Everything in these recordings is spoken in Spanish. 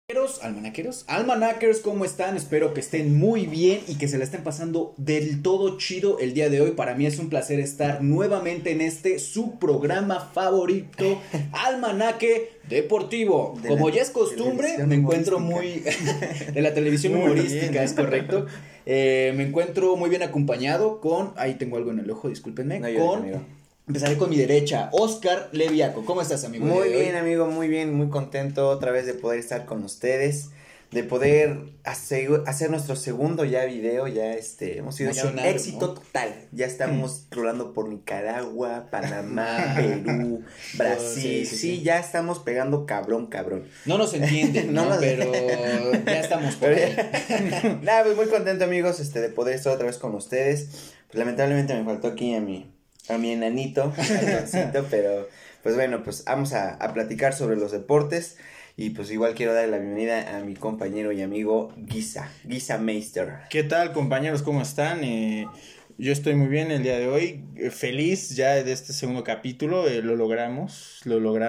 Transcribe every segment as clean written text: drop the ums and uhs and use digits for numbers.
Almanaqueros, ¿cómo están? Espero que estén muy bien y que se la estén pasando del todo chido el día de hoy. Para mí es un placer estar nuevamente en su programa favorito, Almanaque Deportivo. Como ya es costumbre, me encuentro muy... de la televisión humorística, es correcto. Me encuentro muy bien acompañado con... Ahí tengo algo en el ojo, discúlpenme. Empezaré con mi derecha, Oscar Leviaco. ¿Cómo estás, amigo? Muy bien, amigo, muy bien, muy contento otra vez de poder estar con ustedes, de poder hacer nuestro segundo ya video, hemos sido ya un éxito, ¿no? Total. Ya estamos rolando por Nicaragua, Panamá, Perú, Brasil, sí, ya estamos pegando cabrón. No nos entienden, ¿no? Pero ya estamos por ahí. Nada, pues muy contento, amigos, de poder estar otra vez con ustedes. Pues lamentablemente me faltó aquí a mi enanito, pero pues bueno, pues vamos a platicar sobre los deportes. Y pues igual quiero darle la bienvenida a mi compañero y amigo Guisa Meister. ¿Qué tal, compañeros? ¿Cómo están? Yo estoy muy bien el día de hoy, feliz ya de este segundo capítulo, lo logramos,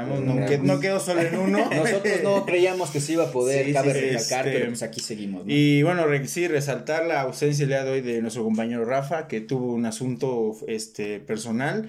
no quedó solo en uno. Nosotros no creíamos que se iba a poder, cabe recalcar, pero pues aquí seguimos, ¿no? Y bueno, resaltar la ausencia el día de hoy de nuestro compañero Rafa, que tuvo un asunto personal,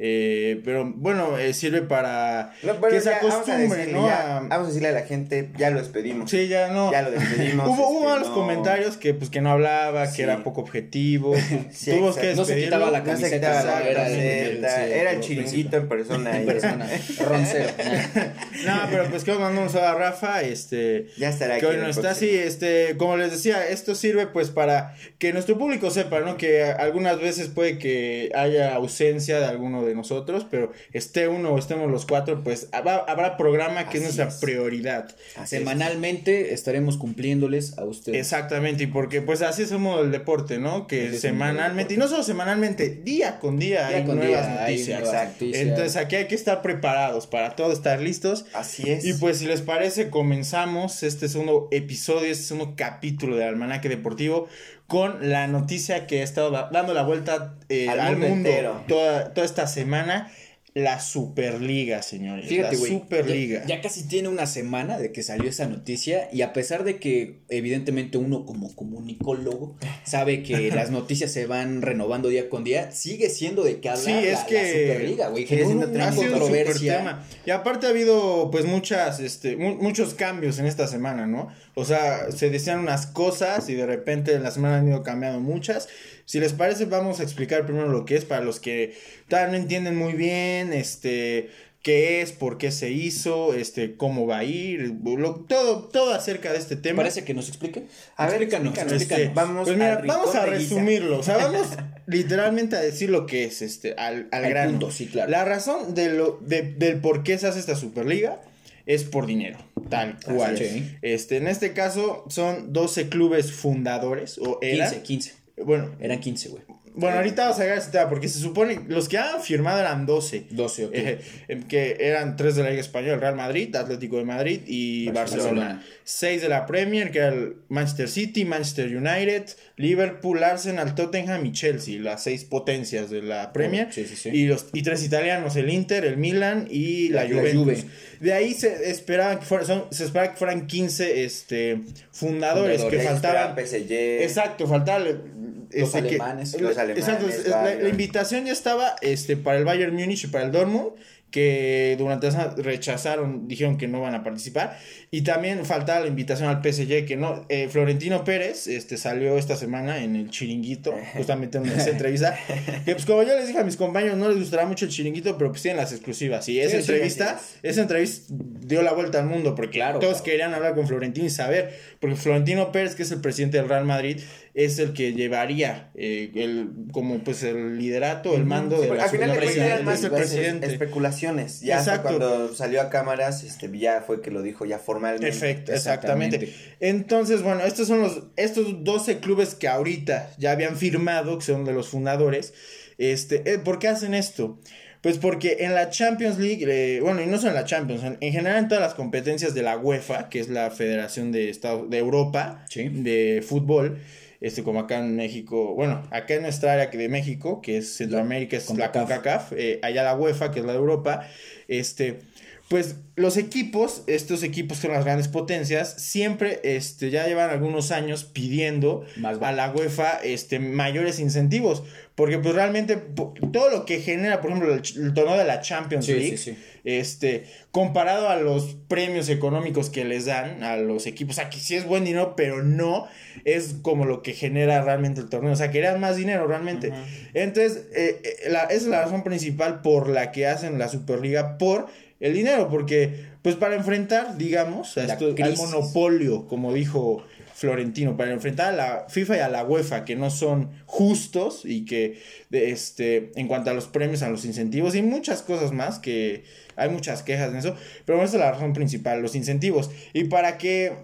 pero bueno, sirve para que se acostumbre, ¿no? Vamos a decirle a la gente, ya lo despedimos. Sí, ya lo despedimos. Hubo malos comentarios que no hablaba, que era poco objetivo, tuvo que no se quitaba la camiseta, era el chiringuito en persona. Roncero. No, pero pues que mandamos a Rafa, ya estará que hoy no está así, como les decía, esto sirve pues para que nuestro público sepa, ¿no? Que algunas veces puede que haya ausencia de alguno de nosotros, pero esté uno o estemos los cuatro, pues habrá programa que es nuestra prioridad. Semanalmente estaremos cumpliéndoles a ustedes. Exactamente, y porque pues así somos el deporte, ¿no? Que semanalmente, y no solo semanalmente, día con día hay nuevas noticias. Entonces aquí hay que estar preparados para todo, estar listos. Así es. Y pues si les parece, comenzamos este segundo episodio, este segundo capítulo de Almanaque Deportivo con la noticia que ha estado dando la vuelta al mundo toda esta semana. La Superliga, señores. Fíjate, la Superliga. Ya casi tiene una semana de que salió esa noticia. Y a pesar de que, evidentemente, uno como comunicólogo sabe que las noticias se van renovando día con día, sigue siendo de que hablar la Superliga, güey. Ha sido controversia. Tema. Y aparte ha habido, pues, muchos cambios en esta semana, ¿no? O sea, se decían unas cosas y de repente en la semana han ido cambiando muchas. Si les parece, vamos a explicar primero lo que es para los que todavía no entienden muy bien, qué es, por qué se hizo, cómo va a ir, todo acerca de este tema. ¿Parece que nos explique? Explícanos. Vamos a resumirlo, o sea, vamos literalmente a decir lo que es, al grano. Punto, sí, claro. La razón del por qué se hace esta Superliga es por dinero, tal cual. En este caso son 12 clubes fundadores, o eran 15. Bueno, eran 15, güey. Bueno, ahorita vamos a llegar a este tema, porque se supone los que han firmado eran 12. 12, ok. Que eran 3 de la Liga Española, Real Madrid, Atlético de Madrid y Barcelona. 6 de la Premier, que era el Manchester City, Manchester United, Liverpool, Arsenal, Tottenham y Chelsea, las 6 potencias de la Premier. Sí. Y 3 italianos, el Inter, el Milan y la Juventus. De ahí se esperaba que fueran 15 fundadores, que faltaban. PSG. Exacto, faltaba los alemanes. Exacto, la invitación ya estaba para el Bayern Múnich y para el Dortmund, que durante esa rechazaron, dijeron que no van a participar. Y también faltaba la invitación al PSG, que no. Florentino Pérez salió esta semana en el Chiringuito, justamente en esa entrevista, que pues como yo les dije a mis compañeros, no les gustará mucho el Chiringuito, pero pues tienen las exclusivas. Y esa entrevista dio la vuelta al mundo, porque todos querían hablar con Florentino y saber, porque Florentino Pérez, que es el presidente del Real Madrid, es el que llevaría como pues el liderato, el mando de la Superliga. Es el presidente. Especulaciones. Ya cuando salió a cámaras, ya fue que lo dijo ya formalmente. Exactamente. Entonces, bueno, estos son estos 12 clubes que ahorita ya habían firmado, que son de los fundadores. ¿Por qué hacen esto? Pues porque en la Champions League, y no solo en la Champions, en general en todas las competencias de la UEFA, que es la Federación de Europa, de fútbol, como acá en México, acá en nuestra área de México, que es Centroamérica, es la CONCACAF, allá la UEFA, que es la de Europa, pues los equipos, estos equipos que son las grandes potencias, siempre ya llevan algunos años pidiendo a la UEFA mayores incentivos, porque pues realmente todo lo que genera, por ejemplo, el torneo de la Champions League, comparado a los premios económicos que les dan a los equipos, o sea, que sí es buen dinero, pero no es como lo que genera realmente el torneo, o sea, querían más dinero realmente. Uh-huh. Entonces, esa es la razón principal por la que hacen la Superliga, por el dinero, porque pues para enfrentar, digamos, al monopolio, como dijo Florentino, para enfrentar a la FIFA y a la UEFA, que no son justos y que en cuanto a los premios, a los incentivos y muchas cosas más, que hay muchas quejas en eso, pero esa es la razón principal, los incentivos. Y para que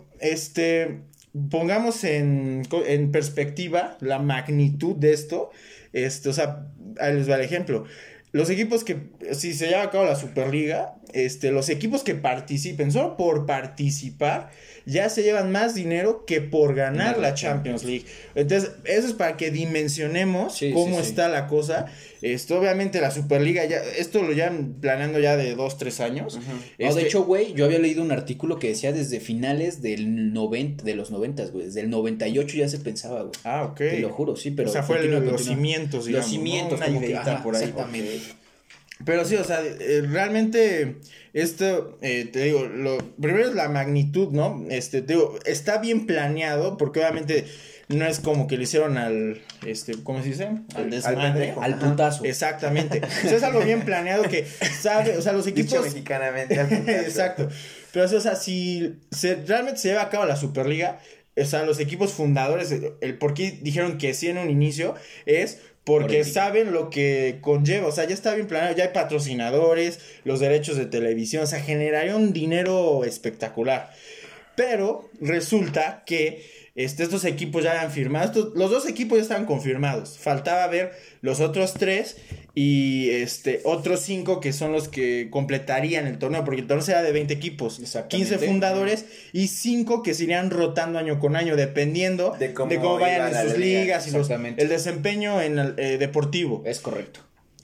pongamos en perspectiva la magnitud de esto, o sea, ahí les va el ejemplo. Los equipos que, si se lleva a cabo la Superliga, los equipos que participen, solo por participar, ya se llevan más dinero que por ganar la Champions League. Entonces, eso es para que dimensionemos cómo está la cosa. Obviamente la Superliga, esto lo llevan planeando ya de 2-3 años. Uh-huh. No, de hecho, güey, yo había leído un artículo que decía desde finales de los 90, güey, desde el 98 ya se pensaba, güey. Ah, ok. Te lo juro, sí, pero... O sea, fue los cimientos, digamos. Los cimientos, ¿no? Una ideita por ahí. Exactamente. Okay. Pero sí, o sea, realmente esto, te digo, primero es la magnitud, ¿no? Te digo, está bien planeado, porque obviamente no es como que le hicieron al, ¿cómo se dice? Al desmadre. Al putazo. Exactamente. O sea, es algo bien planeado que sabe, o sea, los equipos... Dicho mexicanamente, al putazo. Exacto. Pero o sea, si realmente se lleva a cabo la Superliga, o sea, los equipos fundadores, el por qué dijeron que sí en un inicio es... porque saben lo que conlleva, o sea, ya está bien planeado, ya hay patrocinadores, los derechos de televisión, o sea, generaría un dinero espectacular. Pero resulta que estos equipos ya habían firmado, los 2 equipos ya estaban confirmados, faltaba ver los otros 3 y otros 5 que son los que completarían el torneo, porque el torneo será de 20 equipos, 15 fundadores y 5 que se irían rotando año con año, dependiendo de cómo vayan en sus ligas y el desempeño en el deportivo. Es correcto.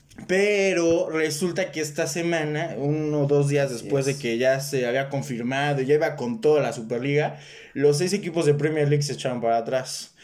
Pero resulta que esta semana, 1 o 2 días después de que ya se había confirmado, ya iba con toda la Superliga, los 6 equipos de Premier League se echaron para atrás.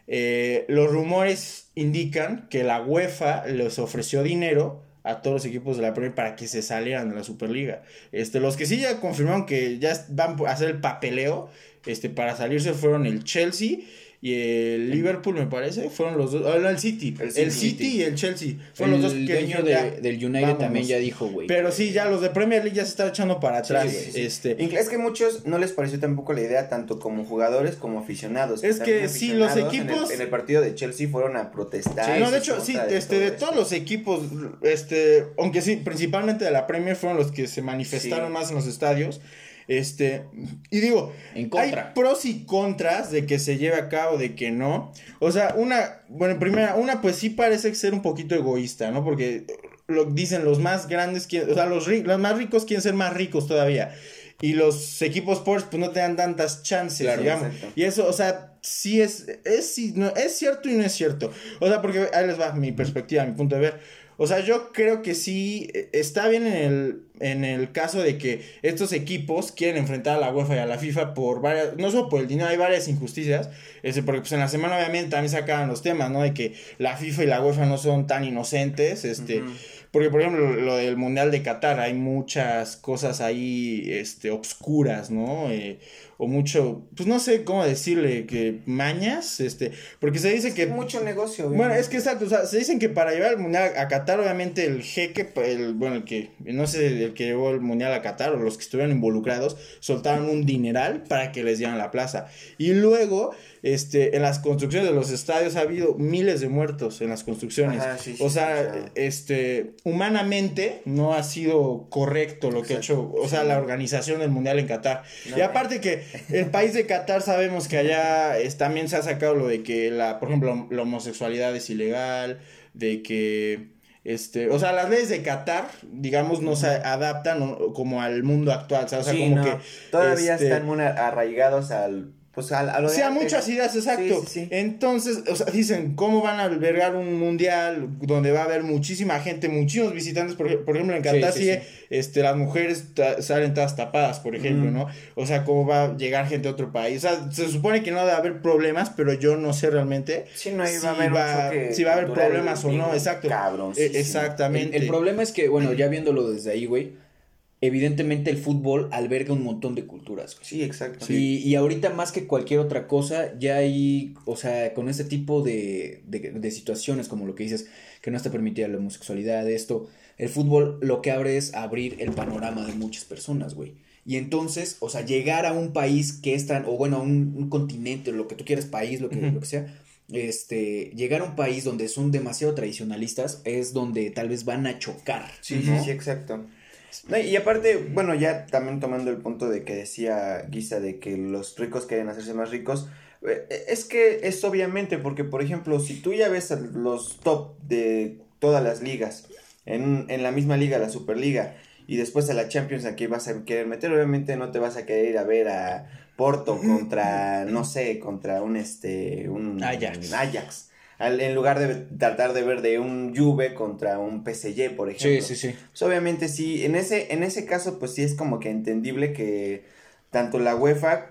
Los rumores indican que la UEFA les ofreció dinero a todos los equipos de la Premier para que se salieran de la Superliga. Los que sí ya confirmaron que ya van a hacer el papeleo para salirse fueron el Chelsea y el Liverpool, me parece, fueron los dos, el City y el Chelsea, fueron los dos que dueño del United vámonos. También ya dijo, güey. Pero sí, ya los de Premier League ya se están echando para atrás. Sí. Es que muchos no les pareció tampoco la idea, tanto como jugadores como aficionados. Es que sí, los equipos en el partido de Chelsea fueron a protestar. Sí, no, de hecho, sí, de todos los equipos, aunque sí, principalmente de la Premier fueron los que se manifestaron más en los estadios. Y digo, hay pros y contras de que se lleve a cabo, de que no. O sea, una pues sí parece ser un poquito egoísta, ¿no? Porque dicen los más grandes, o sea, los más ricos quieren ser más ricos todavía. Y los equipos pobres pues no te dan tantas chances, claro, digamos. Exacto. Y eso, o sea, sí es cierto y no es cierto. O sea, porque ahí les va mi perspectiva, mi punto de ver. O sea, yo creo que sí está bien en el caso de que estos equipos quieren enfrentar a la UEFA y a la FIFA por varias, no solo por el dinero, hay varias injusticias, porque pues en la semana obviamente también sacaban los temas, ¿no? De que la FIFA y la UEFA no son tan inocentes, uh-huh. Porque por ejemplo lo del Mundial de Qatar, hay muchas cosas ahí, obscuras, ¿no? O mucho, pues no sé cómo decirle, que mañas, porque se dice que... mucho negocio, obviamente. Bueno, es que exacto, o sea, se dicen que para llevar el Mundial a Qatar, obviamente el jeque, el que llevó el Mundial a Qatar, o los que estuvieron involucrados, soltaron un dineral para que les dieran la plaza. Y luego, en las construcciones de los estadios ha habido miles de muertos en las construcciones. Ajá, sí, o sea, humanamente no ha sido correcto lo que ha hecho, o sea, la organización del Mundial en Qatar. No, y aparte que el país de Qatar sabemos que allá también se ha sacado lo de que por ejemplo, la homosexualidad es ilegal, de que o sea, las leyes de Qatar, digamos, no se adaptan como al mundo actual, ¿sabes? O sea, sí, como no, que todavía están muy arraigados al pues a lo de sí, a antes. muchas ideas, exacto. Sí. Entonces, o sea, dicen, ¿cómo van a albergar un mundial donde va a haber muchísima gente, muchísimos visitantes? Por ejemplo, en Qatar sí. Las mujeres salen todas tapadas, por ejemplo, ¿no? O sea, ¿cómo va a llegar gente a otro país? O sea, se supone que no debe haber problemas, pero yo no sé realmente sí, no, va a haber un choque si va a haber problemas o no, exacto. Cabrón. Exactamente. El problema es que, bueno, ya viéndolo desde ahí, güey, evidentemente el fútbol alberga un montón de culturas, güey. Sí, exacto. Y ahorita más que cualquier otra cosa, ya hay, o sea, con este tipo de situaciones como lo que dices, que no está permitida la homosexualidad, esto, el fútbol lo que abre es abrir el panorama de muchas personas, güey. Y entonces, o sea, llegar a un país que es tan, o bueno, un continente, lo que tú quieras, país, lo que sea, llegar a un país donde son demasiado tradicionalistas es donde tal vez van a chocar. Sí, ¿no? sí, exacto. No, y aparte, bueno, ya también tomando el punto de que decía Guisa de que los ricos quieren hacerse más ricos, es que es obviamente porque, por ejemplo, si tú ya ves a los top de todas las ligas, en la misma liga, la Superliga, y después a la Champions aquí vas a querer meter, obviamente no te vas a querer ir a ver a Porto contra, no sé, contra un Ajax. En lugar de tratar de ver de un Juve contra un PSG, por ejemplo. Sí. Pues obviamente sí, en ese caso pues sí es como que entendible que tanto la UEFA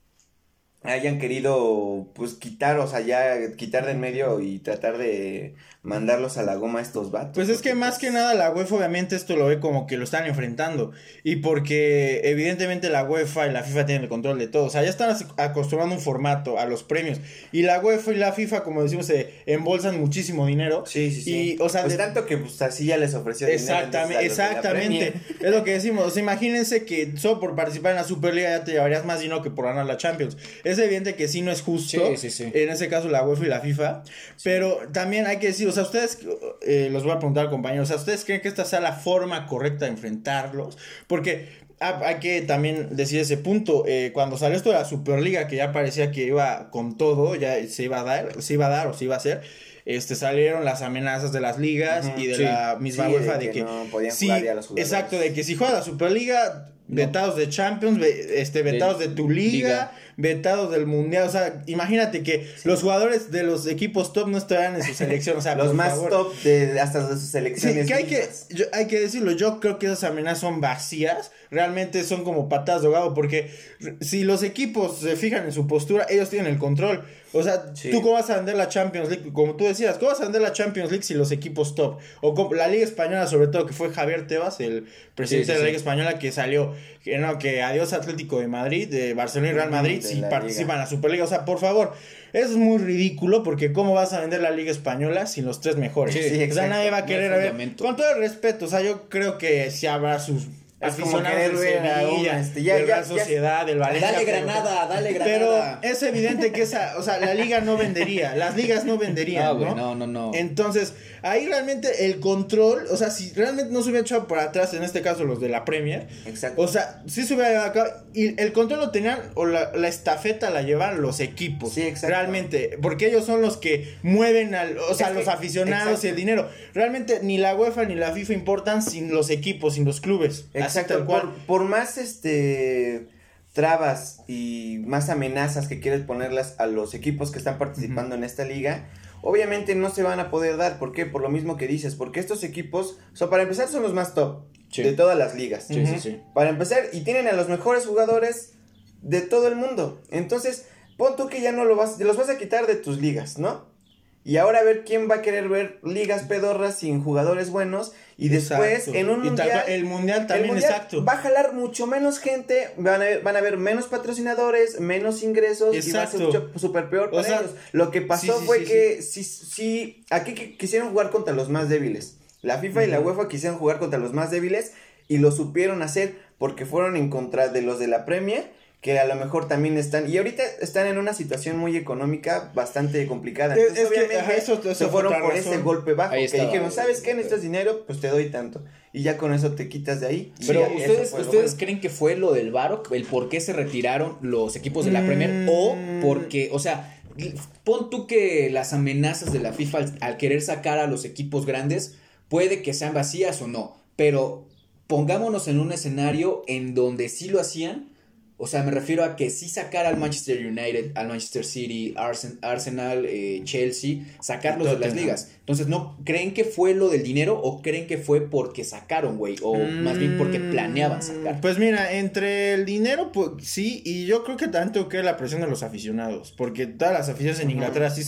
hayan querido pues quitar, o sea, ya quitar de en medio y tratar de mandarlos a la goma a estos vatos. Pues es que más que nada la UEFA obviamente esto lo ve como que lo están enfrentando, y porque evidentemente la UEFA y la FIFA tienen el control de todo, o sea, ya están acostumbrando un formato a los premios, y la UEFA y la FIFA, como decimos, se embolsan muchísimo dinero. Sí. Y, o sea, pues tanto que pues así ya les ofreció exactamente, es lo que decimos, o sea, imagínense que solo por participar en la Superliga ya te llevarías más dinero que por ganar la Champions. Es evidente que sí no es justo, sí. En ese caso la UEFA y la FIFA, pero también hay que decir, o sea, ustedes, los voy a preguntar, compañeros, o sea, ¿ustedes creen que esta sea la forma correcta de enfrentarlos? Porque hay que también decir ese punto, cuando salió esto de la Superliga, que ya parecía que iba con todo, ya se iba a dar o se iba a hacer, salieron las amenazas de las ligas y de la misma UEFA de que no podían jugar ya los jugadores. Exacto, de que si juega la Superliga, vetados de Champions, vetados de tu liga, vetados del Mundial, o sea, imagínate que los jugadores de los equipos top no estarán en su selección, o sea, los más top hasta de sus selecciones. Sí, que hay que decirlo, yo creo que esas amenazas son vacías, realmente son como patadas de ahogado, porque si los equipos se fijan en su postura, ellos tienen el control. O sea, ¿tú cómo vas a vender la Champions League? Como tú decías, ¿cómo vas a vender la Champions League si los equipos top? O como la Liga Española, sobre todo, que fue Javier Tebas, el presidente de la Liga Española, que salió, que adiós Atlético de Madrid, de Barcelona y Real Madrid, si participan en la Superliga. O sea, por favor, eso es muy ridículo, porque ¿cómo vas a vender la Liga Española sin los tres mejores? O sea, nadie va a querer, a ver, con todo el respeto, o sea, yo creo que sí habrá sus aficionados del Sevilla, de la Sociedad, del Valencia. Dale Granada. Pero es evidente que o sea, la liga no vendería, las ligas no venderían, No. Entonces, ahí realmente el control, o sea, si realmente no se hubiera echado por atrás, en este caso los de la Premier, exacto. O sea, sí se hubiera llevado acá, y el control lo tenían, o la estafeta la llevan los equipos. Sí, exacto. Realmente, porque ellos son los que mueven los aficionados y el dinero. Realmente ni la UEFA ni la FIFA importan sin los equipos, sin los clubes. Exacto, por más trabas y más amenazas que quieres ponerlas a los equipos que están participando en esta liga, obviamente no se van a poder dar. ¿Por qué? Por lo mismo que dices, porque estos equipos, para empezar, son los más top de todas las ligas. Sí. Para empezar, y tienen a los mejores jugadores de todo el mundo. Entonces, pon tú que ya los vas a quitar de tus ligas, ¿no? Y ahora a ver quién va a querer ver ligas pedorras sin jugadores buenos. Y después en un mundial. El mundial también, exacto. Va a jalar mucho menos gente. Van a haber menos patrocinadores, menos ingresos. Exacto. Y va a ser súper peor para ellos. Lo que pasó fue que aquí quisieron jugar contra los más débiles. La FIFA y la UEFA quisieron jugar contra los más débiles. Y lo supieron hacer porque fueron en contra de los de la Premier, que a lo mejor también están, y ahorita están en una situación muy económica bastante complicada. Entonces, obviamente, eso se fueron por ese golpe bajo, que dijeron, ¿sabes qué? Necesitas dinero, pues te doy tanto. Y ya con eso te quitas de ahí. Pero ¿ustedes creen que fue lo del VAR, el por qué se retiraron los equipos de la Premier? O porque, o sea, pon tú que las amenazas de la FIFA al querer sacar a los equipos grandes, puede que sean vacías o no, pero pongámonos en un escenario en donde sí lo hacían, O sea, me refiero a que sí sacar al Manchester United, al Manchester City, Arsenal, Chelsea, sacarlos de las ligas. Entonces, ¿no creen que fue lo del dinero o creen que fue porque sacaron, güey? O más bien porque planeaban sacar. Pues mira, entre el dinero, pues sí, y yo creo que tanto que la presión de los aficionados, porque todas las aficiones en Inglaterra sí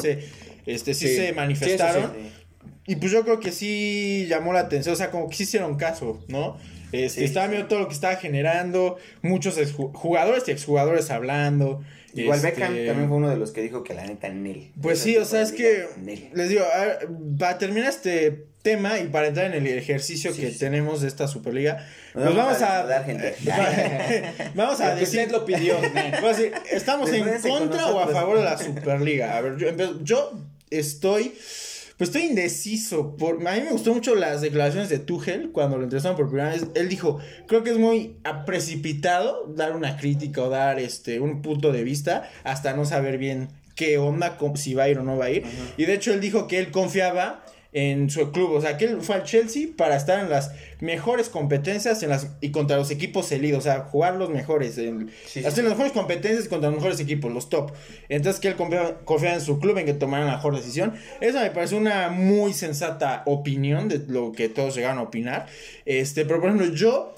se manifestaron. Y pues yo creo que sí llamó la atención, o sea, como que sí hicieron caso, ¿no? Estaba viendo todo lo que estaba generando, muchos jugadores y exjugadores hablando. Igual Beckham también fue uno de los que dijo que la neta Nel. Pues sí, o sea, es que les digo, para terminar este tema y para entrar en el ejercicio que tenemos de esta Superliga, pues vamos a dar gente. Vamos a decir, usted lo pidió. Vamos a decir, ¿estamos en contra o a favor de la Superliga? A ver, yo estoy indeciso. A mí me gustó mucho las declaraciones de Tuchel cuando lo entrevistaron por primera vez. Él dijo, creo que es muy precipitado dar una crítica o dar un punto de vista hasta no saber bien qué onda, si va a ir o no va a ir. Uh-huh. Y de hecho él dijo que él confiaba en su club, o sea, que él fue al Chelsea para estar en las mejores competencias y contra los equipos elidos, o sea, jugar los mejores, hacer las mejores competencias contra los mejores equipos, los top. Entonces que él confiaba en su club, en que tomaran la mejor decisión. Eso me parece una muy sensata opinión de lo que todos llegaron a opinar. Pero por ejemplo, yo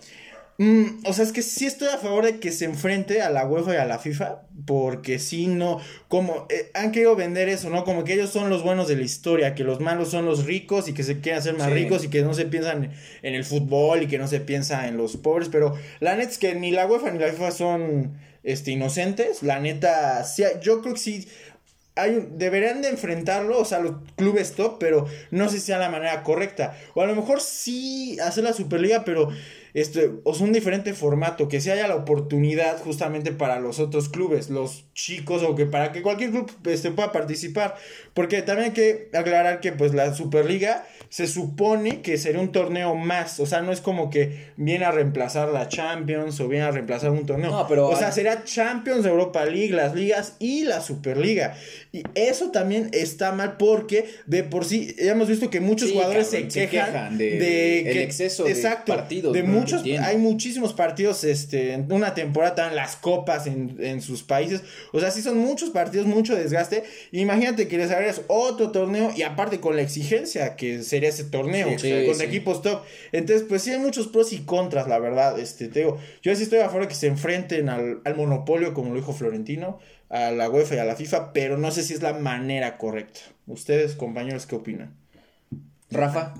o sea, es que sí estoy a favor de que se enfrente a la UEFA y a la FIFA, porque si no, como han querido vender eso, ¿no? Como que ellos son los buenos de la historia, que los malos son los ricos y que se quieren hacer más ricos y que no se piensan en el fútbol y que no se piensa en los pobres, pero la neta es que ni la UEFA ni la FIFA son inocentes, la neta, sí, yo creo que sí. Deberían de enfrentarlo, o sea, los clubes top, pero no sé si sea la manera correcta. O a lo mejor sí hacer la Superliga, pero o sea, un diferente formato, que se haya la oportunidad justamente para los otros clubes, los chicos, o que para que cualquier club pueda participar. Porque también hay que aclarar que pues la Superliga se supone que sería un torneo más, o sea, no es como que viene a reemplazar la Champions o viene a reemplazar un torneo. No, pero, o sea, sería Champions, Europa League, las ligas y la Superliga. Y eso también está mal porque de por sí ya hemos visto que muchos jugadores se quejan de el exceso de partidos. De muchos, hay muchísimos partidos en una temporada, en las copas en sus países. O sea, sí son muchos partidos, mucho desgaste. Imagínate que les agregas otro torneo y aparte con la exigencia que sería ese torneo con equipos top. Entonces, pues sí hay muchos pros y contras, la verdad. Te digo, yo sí estoy a favor de que se enfrenten al monopolio, como lo dijo Florentino, a la UEFA y a la FIFA, pero no sé si es la manera correcta. Ustedes, compañeros, ¿qué opinan? Rafa.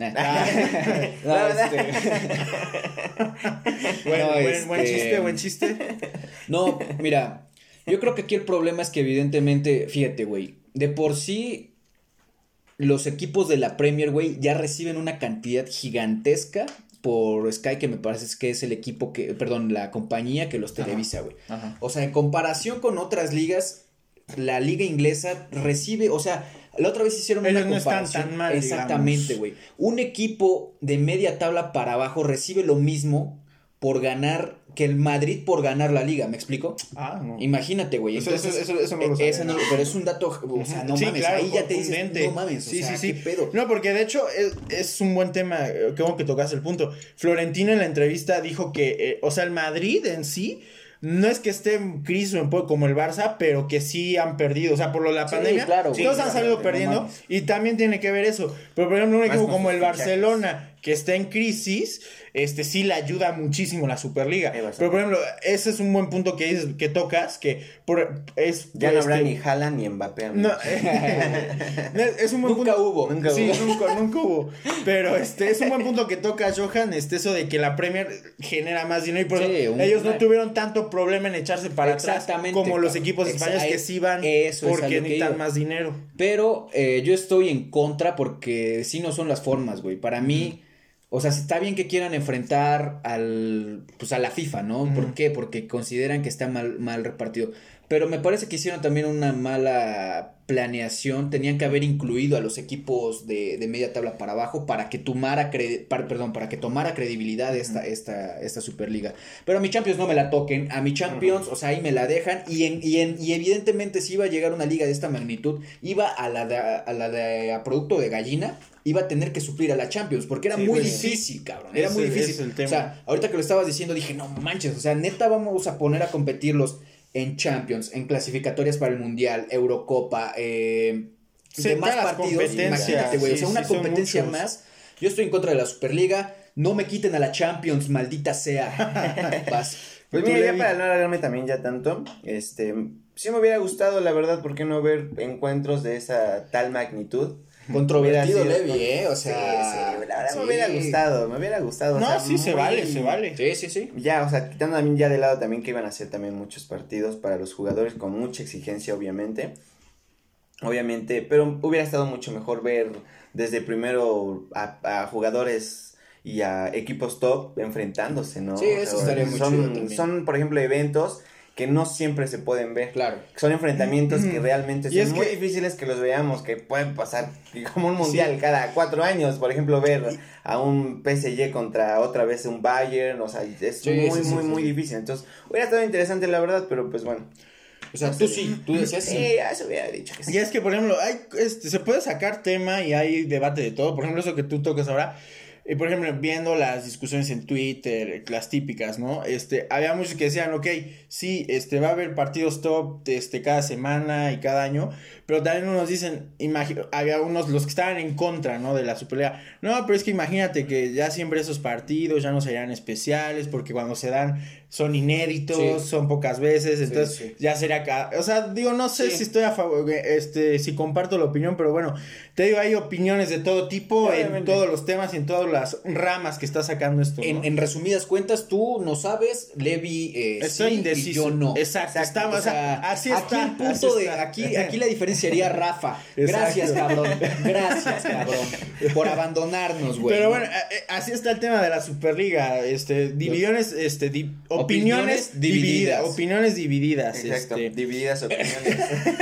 Buen chiste. No, mira, yo creo que aquí el problema es que evidentemente, fíjate, güey, de por sí los equipos de la Premier, güey, ya reciben una cantidad gigantesca por Sky, que me parece que es el equipo la compañía que los televisa, güey. O sea, en comparación con otras ligas, la liga inglesa recibe, o sea, la otra vez hicieron una comparación. No están tan mal, exactamente, güey. Un equipo de media tabla para abajo recibe lo mismo por ganar que el Madrid por ganar la liga, ¿me explico? No. Imagínate, güey. Eso no lo sabía. Pero es un dato, o sea, no mames, claro, ahí ya te dices, no mames, sí, o sea, sí. ¿qué pedo? No, porque de hecho es un buen tema, como que tocas el punto. Florentino en la entrevista dijo que, o sea, el Madrid en sí no es que esté en crisis como el Barça, pero que sí han perdido, o sea, por lo de la pandemia, claro, todos han salido perdiendo, y también tiene que ver eso. Pero por ejemplo, un equipo como el Barcelona, que está en crisis, sí le ayuda muchísimo la Superliga. Pero por ejemplo, ese es un buen punto que dices, que tocas, que ya no habrá ni Haaland ni Mbappé. No, es un buen nunca punto. Hubo. Sí, nunca hubo. Pero es un buen punto que toca Johan, eso de que la Premier genera más dinero, y por eso ellos no tuvieron tanto problema en echarse para atrás como los equipos españoles que sí van porque necesitan más dinero. Pero yo estoy en contra porque sí no son las formas, güey. Para mí, o sea, está bien que quieran enfrentar a la FIFA, ¿no? ¿Por qué? Porque consideran que está mal repartido. Pero me parece que hicieron también una mala planeación. Tenían que haber incluido a los equipos de media tabla para abajo para que tomara credibilidad esta Superliga. Pero a mi Champions no me la toquen. A mi Champions, o sea, ahí me la dejan. Y evidentemente si iba a llegar una liga de esta magnitud, iba a producto de gallina. iba a tener que suplir a la Champions, porque era muy difícil, cabrón, era muy difícil. O sea, ahorita que lo estabas diciendo dije, no manches, o sea, neta vamos a poner a competirlos en Champions, en clasificatorias para el Mundial, Eurocopa, demás partidos, imagínate, güey, o sea, una competencia más. Yo estoy en contra de la Superliga, no me quiten a la Champions, maldita sea. Vas. Pues mira, ya para no alargarme también ya tanto, sí me hubiera gustado, la verdad, ¿por qué no ver encuentros de esa tal magnitud? Controvertido Levi, o sea, sí, la verdad me hubiera gustado. No, o sea, sí, se vale. Sí. Ya, o sea, quitando también ya de lado también que iban a ser también muchos partidos para los jugadores con mucha exigencia, obviamente, pero hubiera estado mucho mejor ver desde primero a jugadores y a equipos top enfrentándose, ¿no? Sí, eso estaría muy chido también. Son, por ejemplo, eventos que no siempre se pueden ver. Claro. Son enfrentamientos que realmente son muy difíciles que los veamos, que pueden pasar como un mundial cada 4 años. Por ejemplo, ver a un PSG contra otra vez un Bayern, o sea, es muy difícil. Entonces, hubiera estado interesante la verdad, pero pues bueno. O sea, tú decías sí. Ya se hubiera dicho que sí. Y es que, por ejemplo, se puede sacar tema y hay debate de todo. Por ejemplo, eso que tú tocas ahora. Por ejemplo, viendo las discusiones en Twitter, las típicas, ¿no? Había muchos que decían, ok, sí, va a haber partidos top, cada semana y cada año, pero también unos dicen, había unos, los que estaban en contra, ¿no? De la Superliga. No, pero es que imagínate que ya siempre esos partidos ya no serían especiales, porque cuando se dan son inéditos, son pocas veces, entonces ya sería o sea, digo, no sé si estoy a favor, si comparto la opinión, pero bueno, te digo, hay opiniones de todo tipo, en todos los temas y en todas las ramas que está sacando esto, ¿no? En resumidas cuentas, tú no sabes, Levi estoy indeciso. Y yo no. Exacto. O sea, así está. Aquí el punto aquí la diferencia sería Rafa. Gracias, cabrón. Por abandonarnos, güey. Pero bueno, así está el tema de la Superliga. Divisiones, opiniones divididas. Opiniones divididas. Exacto. Divididas opiniones.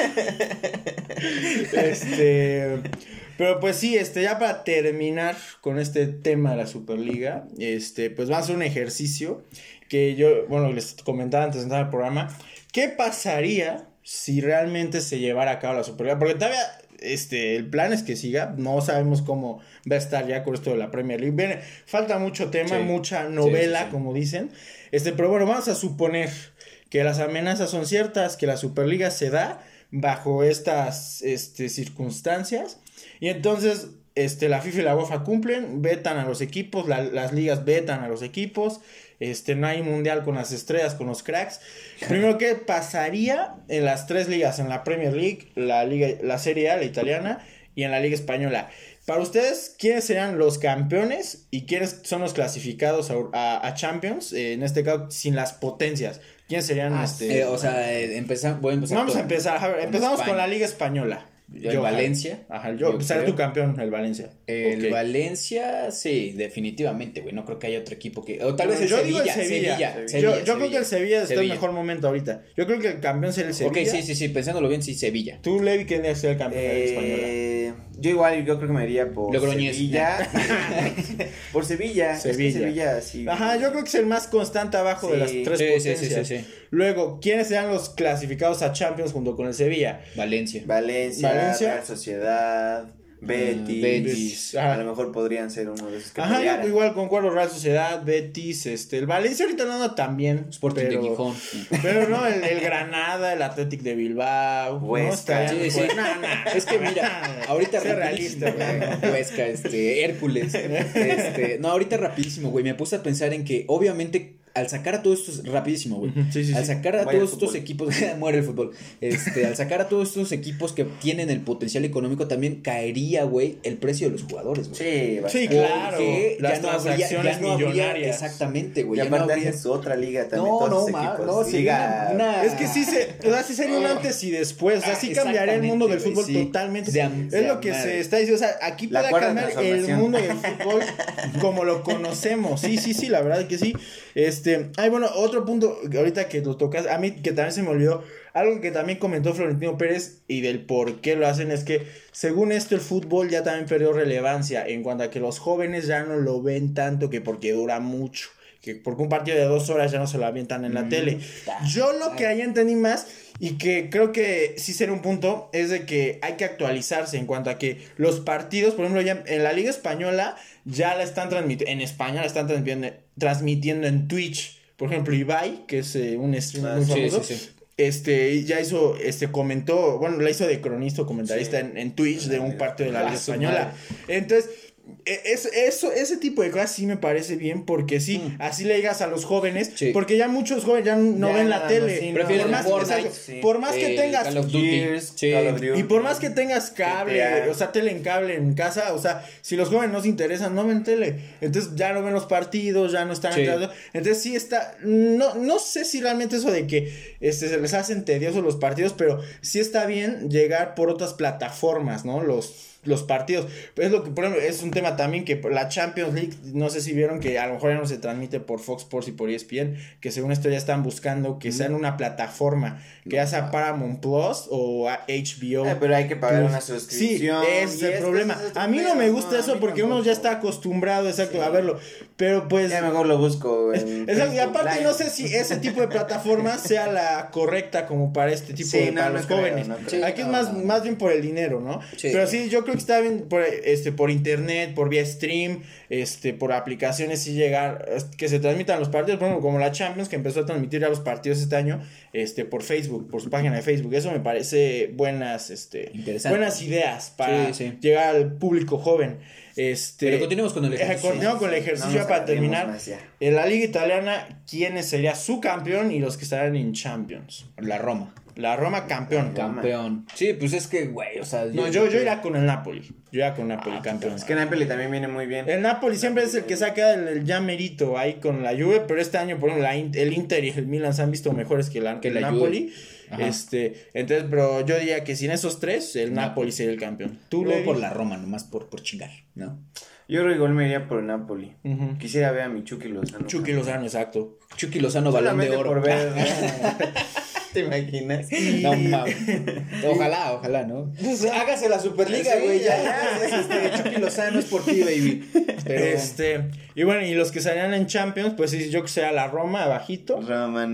Pero pues sí, ya para terminar con este tema de la Superliga, pues vamos a hacer un ejercicio que yo, bueno, les comentaba antes de entrar al programa. ¿Qué pasaría si realmente se llevara a cabo la Superliga? Porque todavía, el plan es que siga, no sabemos cómo va a estar ya con esto de la Premier League. Falta mucho tema, mucha novela, como dicen. Pero bueno, vamos a suponer que las amenazas son ciertas, que la Superliga se da bajo estas circunstancias. Y entonces, la FIFA y la UEFA cumplen, vetan a los equipos, las ligas vetan a los equipos, no hay mundial con las estrellas, con los cracks. Primero, ¿qué pasaría en las 3 ligas? En la Premier League, la Serie A, la italiana, y en la Liga Española. Para ustedes, ¿quiénes serían los campeones y quiénes son los clasificados a Champions? En este caso, sin las potencias. ¿Quiénes serían voy a empezar. Vamos a empezar. A ver, empezamos con la Liga Española. El Valencia. Será tu campeón, el Valencia. El Valencia, sí, definitivamente, güey. No creo que haya otro equipo que. O tal vez el Sevilla. Digo el Sevilla. Yo creo que el Sevilla está en el mejor momento ahorita. Yo creo que el campeón sería el Sevilla. Ok, sí, pensándolo bien, sí, Sevilla. ¿Tú, Levi, quién debe ser el campeón de la Española? Yo igual, yo creo que me iría por Sevilla. Por Sevilla. Sevilla, sí. Ajá, yo creo que es el más constante abajo de las 3 potencias. Sí. Luego, ¿quiénes sean los clasificados a Champions junto con el Sevilla? Valencia. Real Sociedad, Betis. A lo mejor podrían ser uno de esos que yo igual concuerdo, Real Sociedad, Betis, el Valencia ahorita no anda tan bien. Sporting de Gijón. Pero no, el Granada, el Athletic de Bilbao. Huesca. Sí. Es que mira, ahorita realista, güey. Huesca, Hércules. Ahorita rapidísimo, güey. Me puse a pensar en que obviamente al sacar a todos estos, rapidísimo, güey. Al sacar a todos estos equipos, muere el fútbol. Al sacar a todos estos equipos que tienen el potencial económico, también caería, güey, el precio de los jugadores, güey. Sí, claro. Las transacciones millonarias. Exactamente, güey. Y aparte hacen su otra liga también. Es que sí sería un antes y después. O sea, sí cambiaría el mundo del fútbol totalmente. Es lo que se está diciendo. O sea, aquí puede cambiar el mundo del fútbol como lo conocemos. Sí, la verdad que sí. Bueno, otro punto ahorita que lo tocas, a mí que también se me olvidó, algo que también comentó Florentino Pérez y del por qué lo hacen es que según esto el fútbol ya también perdió relevancia en cuanto a que los jóvenes ya no lo ven tanto, que porque dura mucho, que porque un partido de 2 horas ya no se lo avientan en la tele. Yo lo que ahí entendí más, y que creo que sí será un punto, es de que hay que actualizarse en cuanto a que los partidos, por ejemplo, ya en la Liga Española ya la están transmitiendo, en España la están transmitiendo en Twitch. Por ejemplo, Ibai, que es un streamer muy famoso, ya hizo, comentó, bueno, la hizo de cronista o comentarista en Twitch de un partido de la Liga Española. Entonces, ese tipo de cosas sí me parece bien, porque sí, así le digas a los jóvenes, porque ya muchos jóvenes ya no ven la tele, por más que tengas Call of Duty, y por más que tengas cable, o sea, tele en cable en casa, o sea, si los jóvenes no se interesan, no ven tele, entonces ya no ven los partidos, ya no están entrando, entonces sí está, no sé si realmente eso de que se les hacen tediosos los partidos, pero sí está bien llegar por otras plataformas, ¿no? Los partidos, es lo que, por ejemplo, es un tema también que la Champions League, no sé si vieron que a lo mejor ya no se transmite por Fox Sports y por ESPN, que según esto ya están buscando que sea en una plataforma, que ya sea Paramount Plus o HBO. Pero hay que pagar una suscripción. Sí, es el problema. A mí no me gusta eso porque uno ya está acostumbrado, a verlo, pero pues... Ya mejor lo busco. Exacto, y aparte no sé si ese tipo de plataforma sea la correcta como para este tipo de para los jóvenes. Aquí es más bien por el dinero, ¿no? Sí. Pero sí, yo creo que está bien por internet, por vía stream, por aplicaciones, sí llegar, que se transmitan los partidos, por ejemplo, como la Champions, que empezó a transmitir ya los partidos este año, por Facebook, por su página de Facebook. Eso me parece buenas ideas para llegar al público joven. Pero continuemos con el ejercicio. Continuamos con el ejercicio para terminar. En la Liga Italiana, ¿quién sería su campeón y los que estarán en Champions? La Roma campeón. Sí, pues es que, güey, o sea... Yo iría con el Napoli. Campeón. Es que Napoli también viene muy bien. El Napoli siempre es el que saca el ya merito ahí con la Juve, pero este año, por ejemplo, el Inter y el Milan se han visto mejores que la Napoli. Entonces, pero yo diría que sin esos tres, el Napoli sería el campeón. Tú luego por la Roma, nomás por chingar, ¿no? Yo creo que igual me iría por el Napoli. Quisiera ver a mi Chucky Lozano. Exacto. Chucky Lozano, balón de oro. Por ver. ¿Te imaginas? No mames. Ojalá, ¿no? Hágase la Superliga, güey. Chucky Lozano es por ti, baby. Pero... y bueno, y los que salían en Champions, pues sí, yo que sea la Roma, abajito. Roma,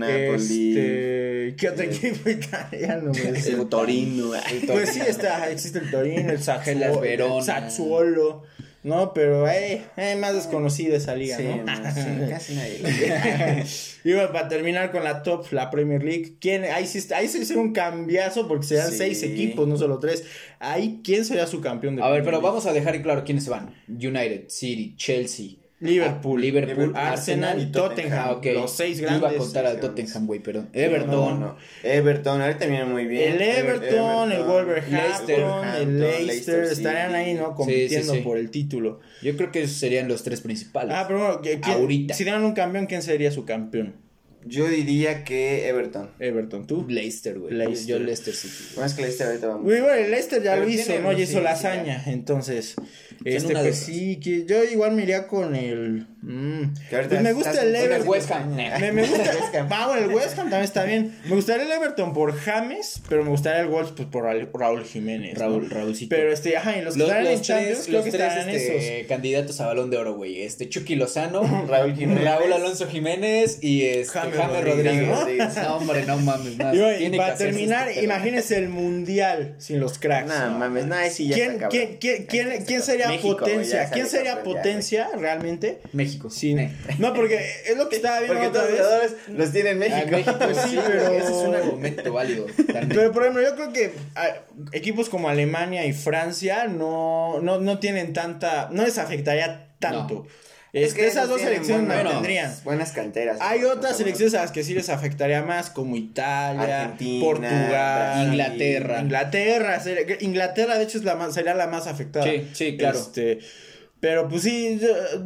Napoli. ¿Qué otro equipo italiano? El Torino. Pues sí, existe el Torino, el Verona, Sassuolo. No, pero más desconocida esa liga, sí, ¿no? Casi nadie. Y bueno, para terminar con la top, la Premier League, ahí se hizo un cambiazo porque se dan 6 equipos, no solo 3. Ahí, ¿quién sería su campeón de Premier League? Pero vamos a dejar claro quiénes se van. United, City, Chelsea, Liverpool, Arsenal y Tottenham. Okay. Los 6 grandes. Iba a contar al Tottenham, güey, pero Everton. Everton, ahorita viene muy bien. El Everton, el Wolverhampton, el Leicester estarían ahí, ¿no? Compitiendo por el título. Yo creo que esos serían los 3 principales. Pero bueno, ahorita. Si dieran un campeón, ¿quién sería su campeón? Yo diría que Everton, ¿tú? Leicester, güey. Yo Leicester City. Bueno, es que Leicester ahorita va muy bien. Bueno, el Leicester ya lo hizo, ¿no? Ya hizo la hazaña. Entonces, pues sí, que yo igual me iría con el... pues me gusta el Everton. El West Ham. Me gusta el West Ham también está bien. Me gustaría el Everton por James, pero me gustaría el Wolves pues por Raúl Jiménez. Raúlcito. Pero y los que están en Champions creo que estarán esos. Candidatos a Balón de Oro, güey. Chucky Lozano, Raúl Alonso Jiménez y James Rodríguez. No, hombre, no mames. Y para terminar, imagínense el Mundial sin los cracks. No mames, sí ya ¿Quién sería México, potencia? ¿Quién sería potencia realmente? México. Sí. No, porque es lo que estaba viendo porque todos los jugadores los tiene en México. Sí, pero ese es un argumento válido. Pero por ejemplo, yo creo que equipos como Alemania y Francia no tienen tanta, no les afectaría tanto. No. Es que esas dos selecciones no tendrían buenas canteras. Hay otras selecciones a las que sí les afectaría más, como Italia, Argentina, Portugal, Inglaterra. Inglaterra, de hecho, sería la más afectada. Sí, claro. Pero pues sí,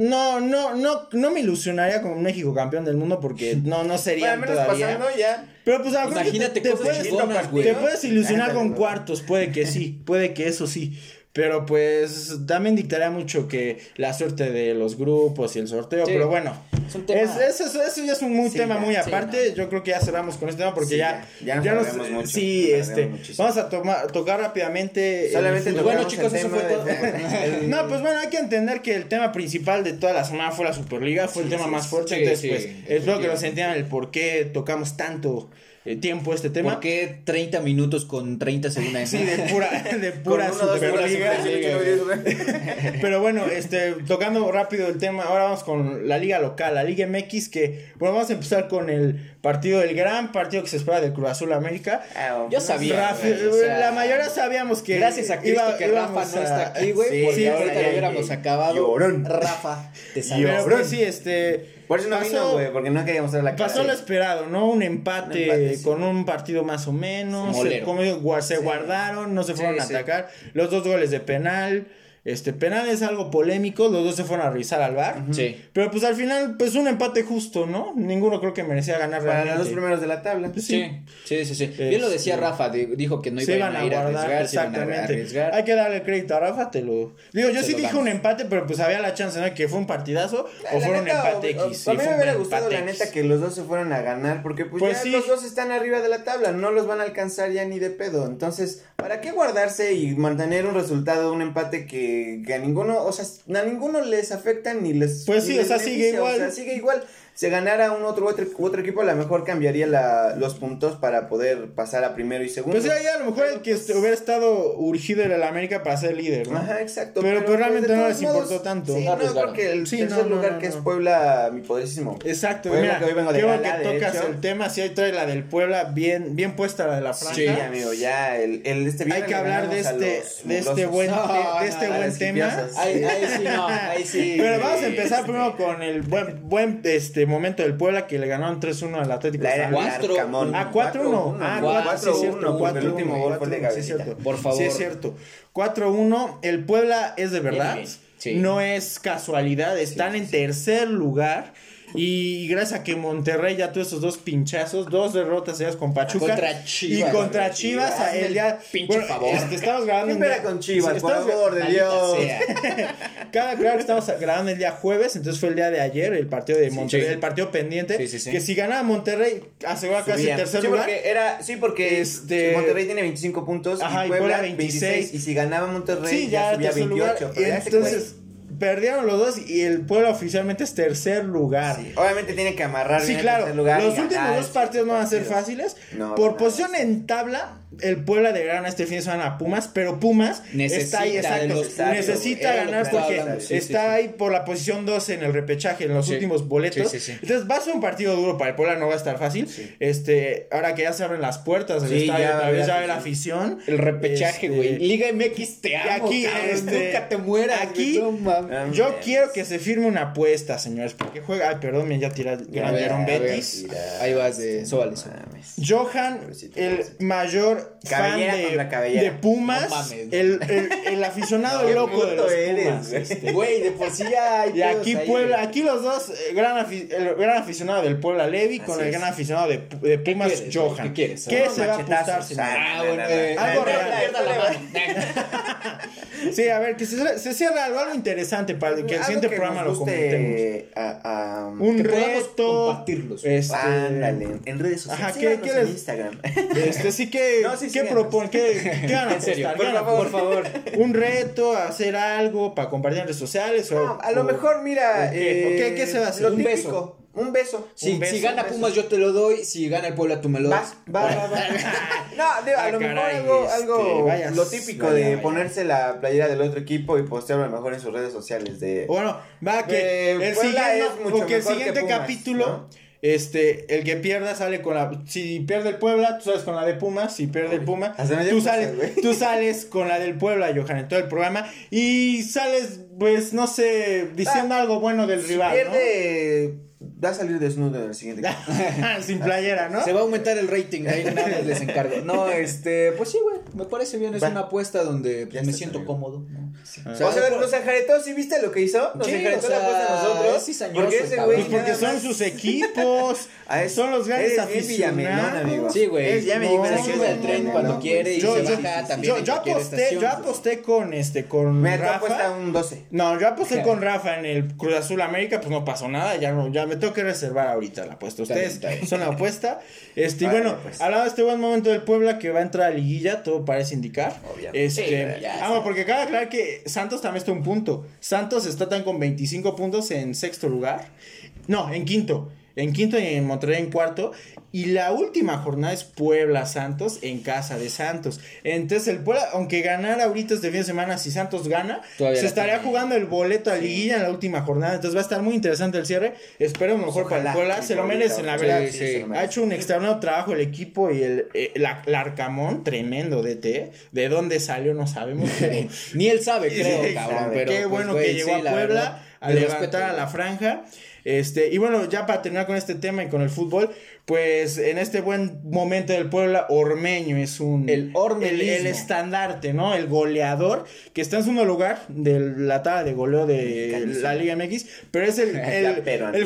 no me ilusionaría con México campeón del mundo porque no sería todavía. Pasando ya. Pero pues a lo mejor imagínate te puedes ilusionar con cuartos, puede que sí, puede que eso sí. Pero pues también dictaría mucho que la suerte de los grupos y el sorteo, pero bueno, eso ya es un tema muy aparte. Yo creo que ya cerramos con este tema porque ya nos mucho. Sí, vamos a tocar rápidamente. Solamente bueno, chicos, eso fue todo. No, pues bueno, hay que entender que el tema principal de toda la semana fue la Superliga, fue el tema más fuerte, entonces pues espero que nos entiendan el por qué tocamos tanto tiempo este tema. ¿Por qué 30 minutos con 30 segundos? Sí, de pura Superliga. Pero bueno, tocando rápido el tema, ahora vamos con la liga local, la Liga MX, que bueno, vamos a empezar con el gran partido que se espera del Cruz Azul América. Yo sabía. La mayoría sabíamos que gracias a Cristo que Rafa no está aquí, güey, porque ahorita lo hubiéramos acabado. Llorón. Rafa, te salvó. Pero pues sí, por eso no vino, güey, porque no queríamos hacer la cara. Pasó lo esperado, ¿no? Un empate sí. con un partido más o menos. Se guardaron, no se fueron a atacar. Los 2 goles de penal. Penal es algo polémico, los dos se fueron a revisar al VAR. Sí. Pero pues al final, pues un empate justo, ¿no? Ninguno creo que merecía ganar para realmente. los dos primeros de la tabla. Sí. Bien lo decía Rafa, dijo que no iban a ir a arriesgar. Exactamente. Hay que darle crédito a Rafa, yo sí dije un empate, pero pues había la chance, ¿no? Que fue un partidazo o fue un empate X. A mí me hubiera gustado, la neta, que los dos se fueran a ganar, porque pues ya los dos están arriba de la tabla, no los van a alcanzar ya ni de pedo. Entonces, ¿para qué guardarse y mantener un resultado, un empate que a ninguno les afecta ni les... Pues sí, sigue igual. O sea, sigue igual. Se ganara un otro equipo, a lo mejor cambiaría los puntos para poder pasar a primero y segundo. Pues ya a lo mejor el que hubiera estado urgido en el América para ser líder, ¿no? Ajá, exacto. Pero realmente no les importó tanto. Sí, no, porque el tercer lugar que es Puebla, mi poderísimo. Exacto. Puebla, mira, que hoy vengo de que gala, tocas hecho. El tema, si ahí trae la del Puebla bien puesta la de la franja. Sí, amigo, ya hay que hablar de este buen tema. Ahí sí. Pero vamos a empezar primero con el buen momento del Puebla, que le ganaron 3-1 al Atlético. 4-1. 4-1, porque el último gol fue de cabecita. Por favor. Sí, es cierto. 4-1. El Puebla es de verdad. Sí. No es casualidad. Están en tercer lugar. Y gracias a que Monterrey ya tuvo esos 2 pinchazos, 2 derrotas seguidas con Pachuca. Contra Chivas. Y contra Chivas. El día. Pinche favor. Estamos grabando. ¿Quién era con Chivas? Por favor de Dios. Claro que estamos grabando el día jueves. Entonces fue el día de ayer, el partido de Monterrey, el partido pendiente. Que si ganaba Monterrey, asegura casi el tercer lugar. Porque Monterrey tiene 25 puntos. Ajá, y Puebla 26. Y si ganaba Monterrey, ya subía 28. Entonces. Perdieron los dos y el Puebla oficialmente es tercer lugar. Sí, obviamente tiene que amarrar bien claro, tercer lugar. Los últimos 2 partidos no van a ser fáciles. Por posición en tabla, el Puebla deberá ganar este fin de semana a Pumas, pero Pumas está ahí, necesita ganar porque está ahí por la posición 12 en el repechaje, en los últimos boletos. Entonces va a ser un partido duro para el Puebla, no va a estar fácil. Ahora que ya se abren las puertas del estadio, otra vez ya ve la afición. El repechaje, güey. Liga MX, te amo, aquí, nunca te mueras. Aquí, yo quiero que se firme una apuesta, señores, porque juega... Ay, perdón, ya tiraron Betis. Ahí vas de Sobales. Johan, el mayor fan de Pumas, no el aficionado loco de los Pumas. Güey, de por sí ya hay. Y aquí Puebla, aquí los dos, el gran aficionado del Puebla Levi con el gran aficionado de Pumas Johan. ¿Qué quieres? ¿Qué se va a apostar, señor? Algo real. Sí, a ver, que se cierre algo interesante para que el siguiente programa lo comentemos. Un reto. Compartirlos. Ándale, en redes sociales. Ajá, ¿qué quieres? En Instagram. ¿Qué proponen? ¿Qué van a apostar? Por favor. Un reto, hacer algo para compartir en redes sociales. A lo mejor, mira. ¿Qué se va a hacer? Un beso. Si gana Pumas, yo te lo doy. Si gana el Puebla, tú me lo das. Va. No, a lo mejor algo lo típico de ponerse la playera del otro equipo y postearlo a lo mejor en sus redes sociales. Bueno, el siguiente capítulo. ¿no? El que pierda sale con la... Si pierde el Puebla, tú sales con la de Pumas. Si pierde el Puma, tú sales con la del Puebla, Johan, en todo el programa. Y sales, pues, no sé, diciendo algo bueno del rival, pierde, ¿no? Va a salir desnudo en el siguiente sin playera, ¿no? Se va a aumentar el rating, ahí nada más les encargo. No, pues sí, güey, me parece bien, es una apuesta donde me siento cómodo, ¿no? Sí. O sea, los enjaretos, ¿sí viste lo que hizo? Nos enjaretó la apuesta a nosotros. Sí, porque ese güey, porque son sus equipos, son los grandes aficionados. Sí, güey. Ya me dijo, sube al tren cuando quiere y se baja también. Yo aposté con Rafa. Apuesta un 12. No, yo aposté con Rafa en el Cruz Azul América, pues no pasó nada, ya me tengo que reservar ahorita la apuesta. Ustedes son la apuesta. Y bueno, hablando de este buen momento del Puebla que va a entrar a liguilla, todo parece indicar. Porque cabe aclarar que Santos también está un punto. Santos está también con 25 puntos en sexto lugar. No, en quinto. En quinto y en Monterrey en cuarto. Y la última jornada es Puebla-Santos en casa de Santos. Entonces el Puebla, aunque ganara ahorita este fin de semana, si Santos gana, se estaría jugando el boleto a liguilla en la última jornada. Entonces va a estar muy interesante el cierre. Espero mejor para el Puebla. Se lo merecen, la verdad. Ha hecho un extraordinario trabajo el equipo y el Larcamón, tremendo DT. ¿De dónde salió? No sabemos. Ni él sabe, creo, cabrón. Pero qué bueno que llegó a Puebla a levantar a la franja. Y bueno, ya para terminar con este tema y con el fútbol, pues en este buen momento del Puebla, Ormeño es el estandarte, ¿no? El goleador que está en segundo lugar de la tabla de goleo de la Liga MX, pero es el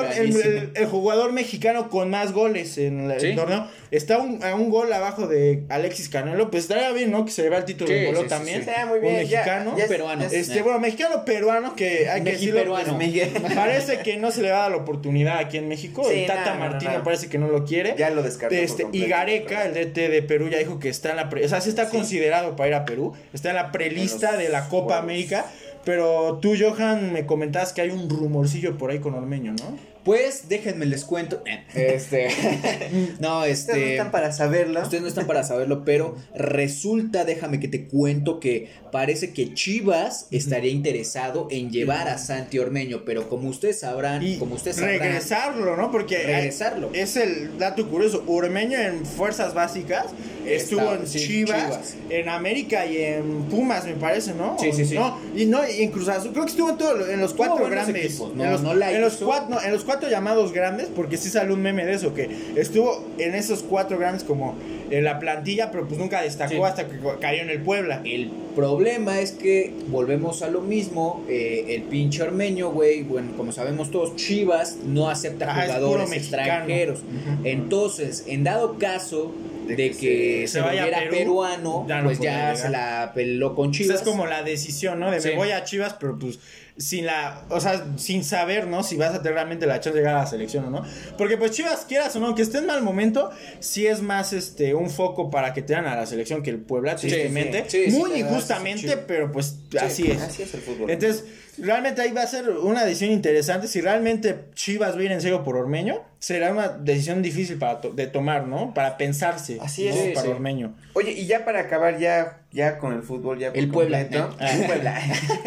jugador mexicano con más goles en el torneo. Está a un gol abajo de Alexis Canelo, pues estaría bien, ¿no? Que se lleve el título de goleo también. Muy bien, un mexicano, peruano. Bueno, mexicano-peruano, que hay que decirlo. Parece que no se le va a dar la oportunidad aquí en México. El Tata Martino parece que no lo quiere. Ya lo descartó. Y Gareca, el DT de Perú, ya dijo que está en la sí está considerado para ir a Perú. Está en la prelista de la Copa América. Pero tú, Johan, me comentabas que hay un rumorcillo por ahí con Ormeño, ¿no? Pues déjenme les cuento. Ustedes no están para saberlo. Ustedes no están para saberlo, pero resulta, déjame que te cuento que parece que Chivas estaría interesado en llevar a Santi Ormeño, pero como ustedes sabrán, regresarlo, ¿no? Porque es el dato curioso. Ormeño en fuerzas básicas estuvo en Chivas, en América y en Pumas, me parece, ¿no? Sí. No, y en Cruz Azul, creo que estuvo en los cuatro grandes. Equipos, en los cuatro llamados grandes, porque sí salió un meme de eso, que estuvo en esos cuatro grandes como en la plantilla, pero pues nunca destacó hasta que cayó en el Puebla. El problema es que volvemos a lo mismo, el pinche Ormeño, güey, bueno, como sabemos todos, Chivas no acepta jugadores extranjeros. Entonces, en dado caso de que se volviera peruano, pues ya se la peló con Chivas. Es como la decisión, ¿no? Me voy a Chivas, pero pues sin saber, ¿no? Si vas a tener realmente la chance de llegar a la selección o no. Porque pues Chivas, quieras o no, que esté en mal momento, sí es más un foco para que te dan a la selección que el Puebla, tristemente. Muy injustamente, pero pues así es. Así es el fútbol. Entonces, realmente ahí va a ser una decisión interesante. Si realmente Chivas va a ir en serio por Ormeño, será una decisión difícil de tomar, ¿no? Para pensarse. Así es. Para Ormeño. Oye, y ya para acabar ya con el fútbol, ya el Puebla. El Puebla.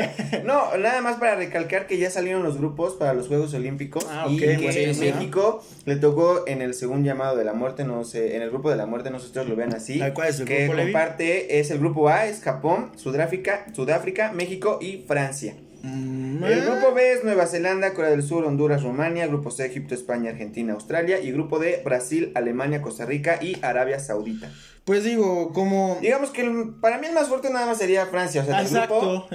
No, nada más para recalcar que ya salieron los grupos para los Juegos Olímpicos. Y que México le tocó en el segundo llamado de la muerte, no sé, en el grupo de la muerte, no sé si ustedes lo vean así. ¿Cuál es el grupo, Levi? Comparte, es el grupo A, es Japón, Sudáfrica, México y Francia. El grupo B es Nueva Zelanda, Corea del Sur, Honduras, Rumania. Grupo C, Egipto, España, Argentina, Australia. Y grupo D, Brasil, Alemania, Costa Rica y Arabia Saudita. Pues digo, digamos que para mí el más fuerte nada más sería Francia. O sea, exacto.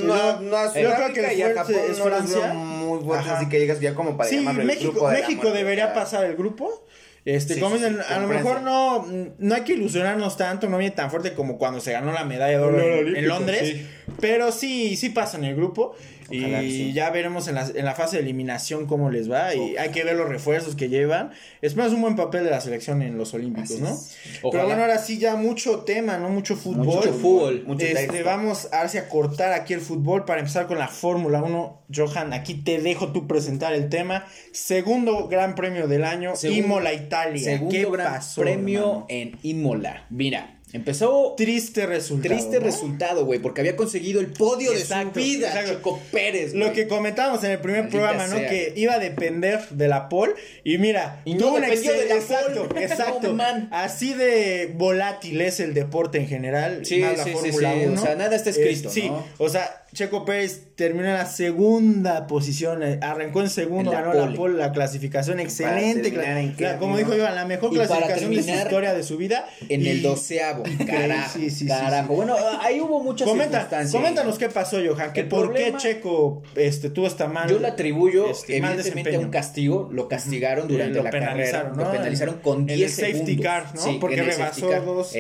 Yo creo que y a Japón es Francia. Muy fuerte, así que llegas ya como para llamarlo el grupo de México debería pasar el grupo. Como dicen, a lo mejor no hay que ilusionarnos tanto, no viene tan fuerte como cuando se ganó la medalla de oro en Londres, pero sí pasa en el grupo. Ojalá, y ya veremos en la fase de eliminación cómo les va. Y hay que ver los refuerzos que llevan. Es más un buen papel de la selección en los Olímpicos, ¿no? Pero bueno, ahora sí ya mucho tema, ¿no? Mucho fútbol. Vamos a ver si a cortar aquí el fútbol para empezar con la Fórmula 1. Johan, aquí te dejo tú presentar el tema. Segundo gran premio del año, Imola, Italia. Segundo gran premio en Imola. Mira, empezó triste resultado, güey, porque había conseguido el podio de su vida, Checo Pérez, güey. Lo que comentábamos en el primer programa, ¿no? Que iba a depender de la pole y mira, no dependió de la pole. Exacto. No, así de volátil es el deporte en general, más la Fórmula 1. O sea, nada está escrito, ¿no? O sea, Checo Pérez terminó en la segunda posición, arrancó en segundo, ganó la pole, la clasificación excelente, como dijo Iván, la mejor clasificación de su historia, de su vida. En el 12º, carajo. Bueno, ahí hubo muchas circunstancias. Coméntanos qué pasó, Johan, por qué Checo tuvo esta mal. Yo lo atribuyo evidentemente a un castigo, lo castigaron durante la carrera, ¿no? Lo penalizaron con 10 segundos. Safety car, ¿no? Sí, porque rebasó a dos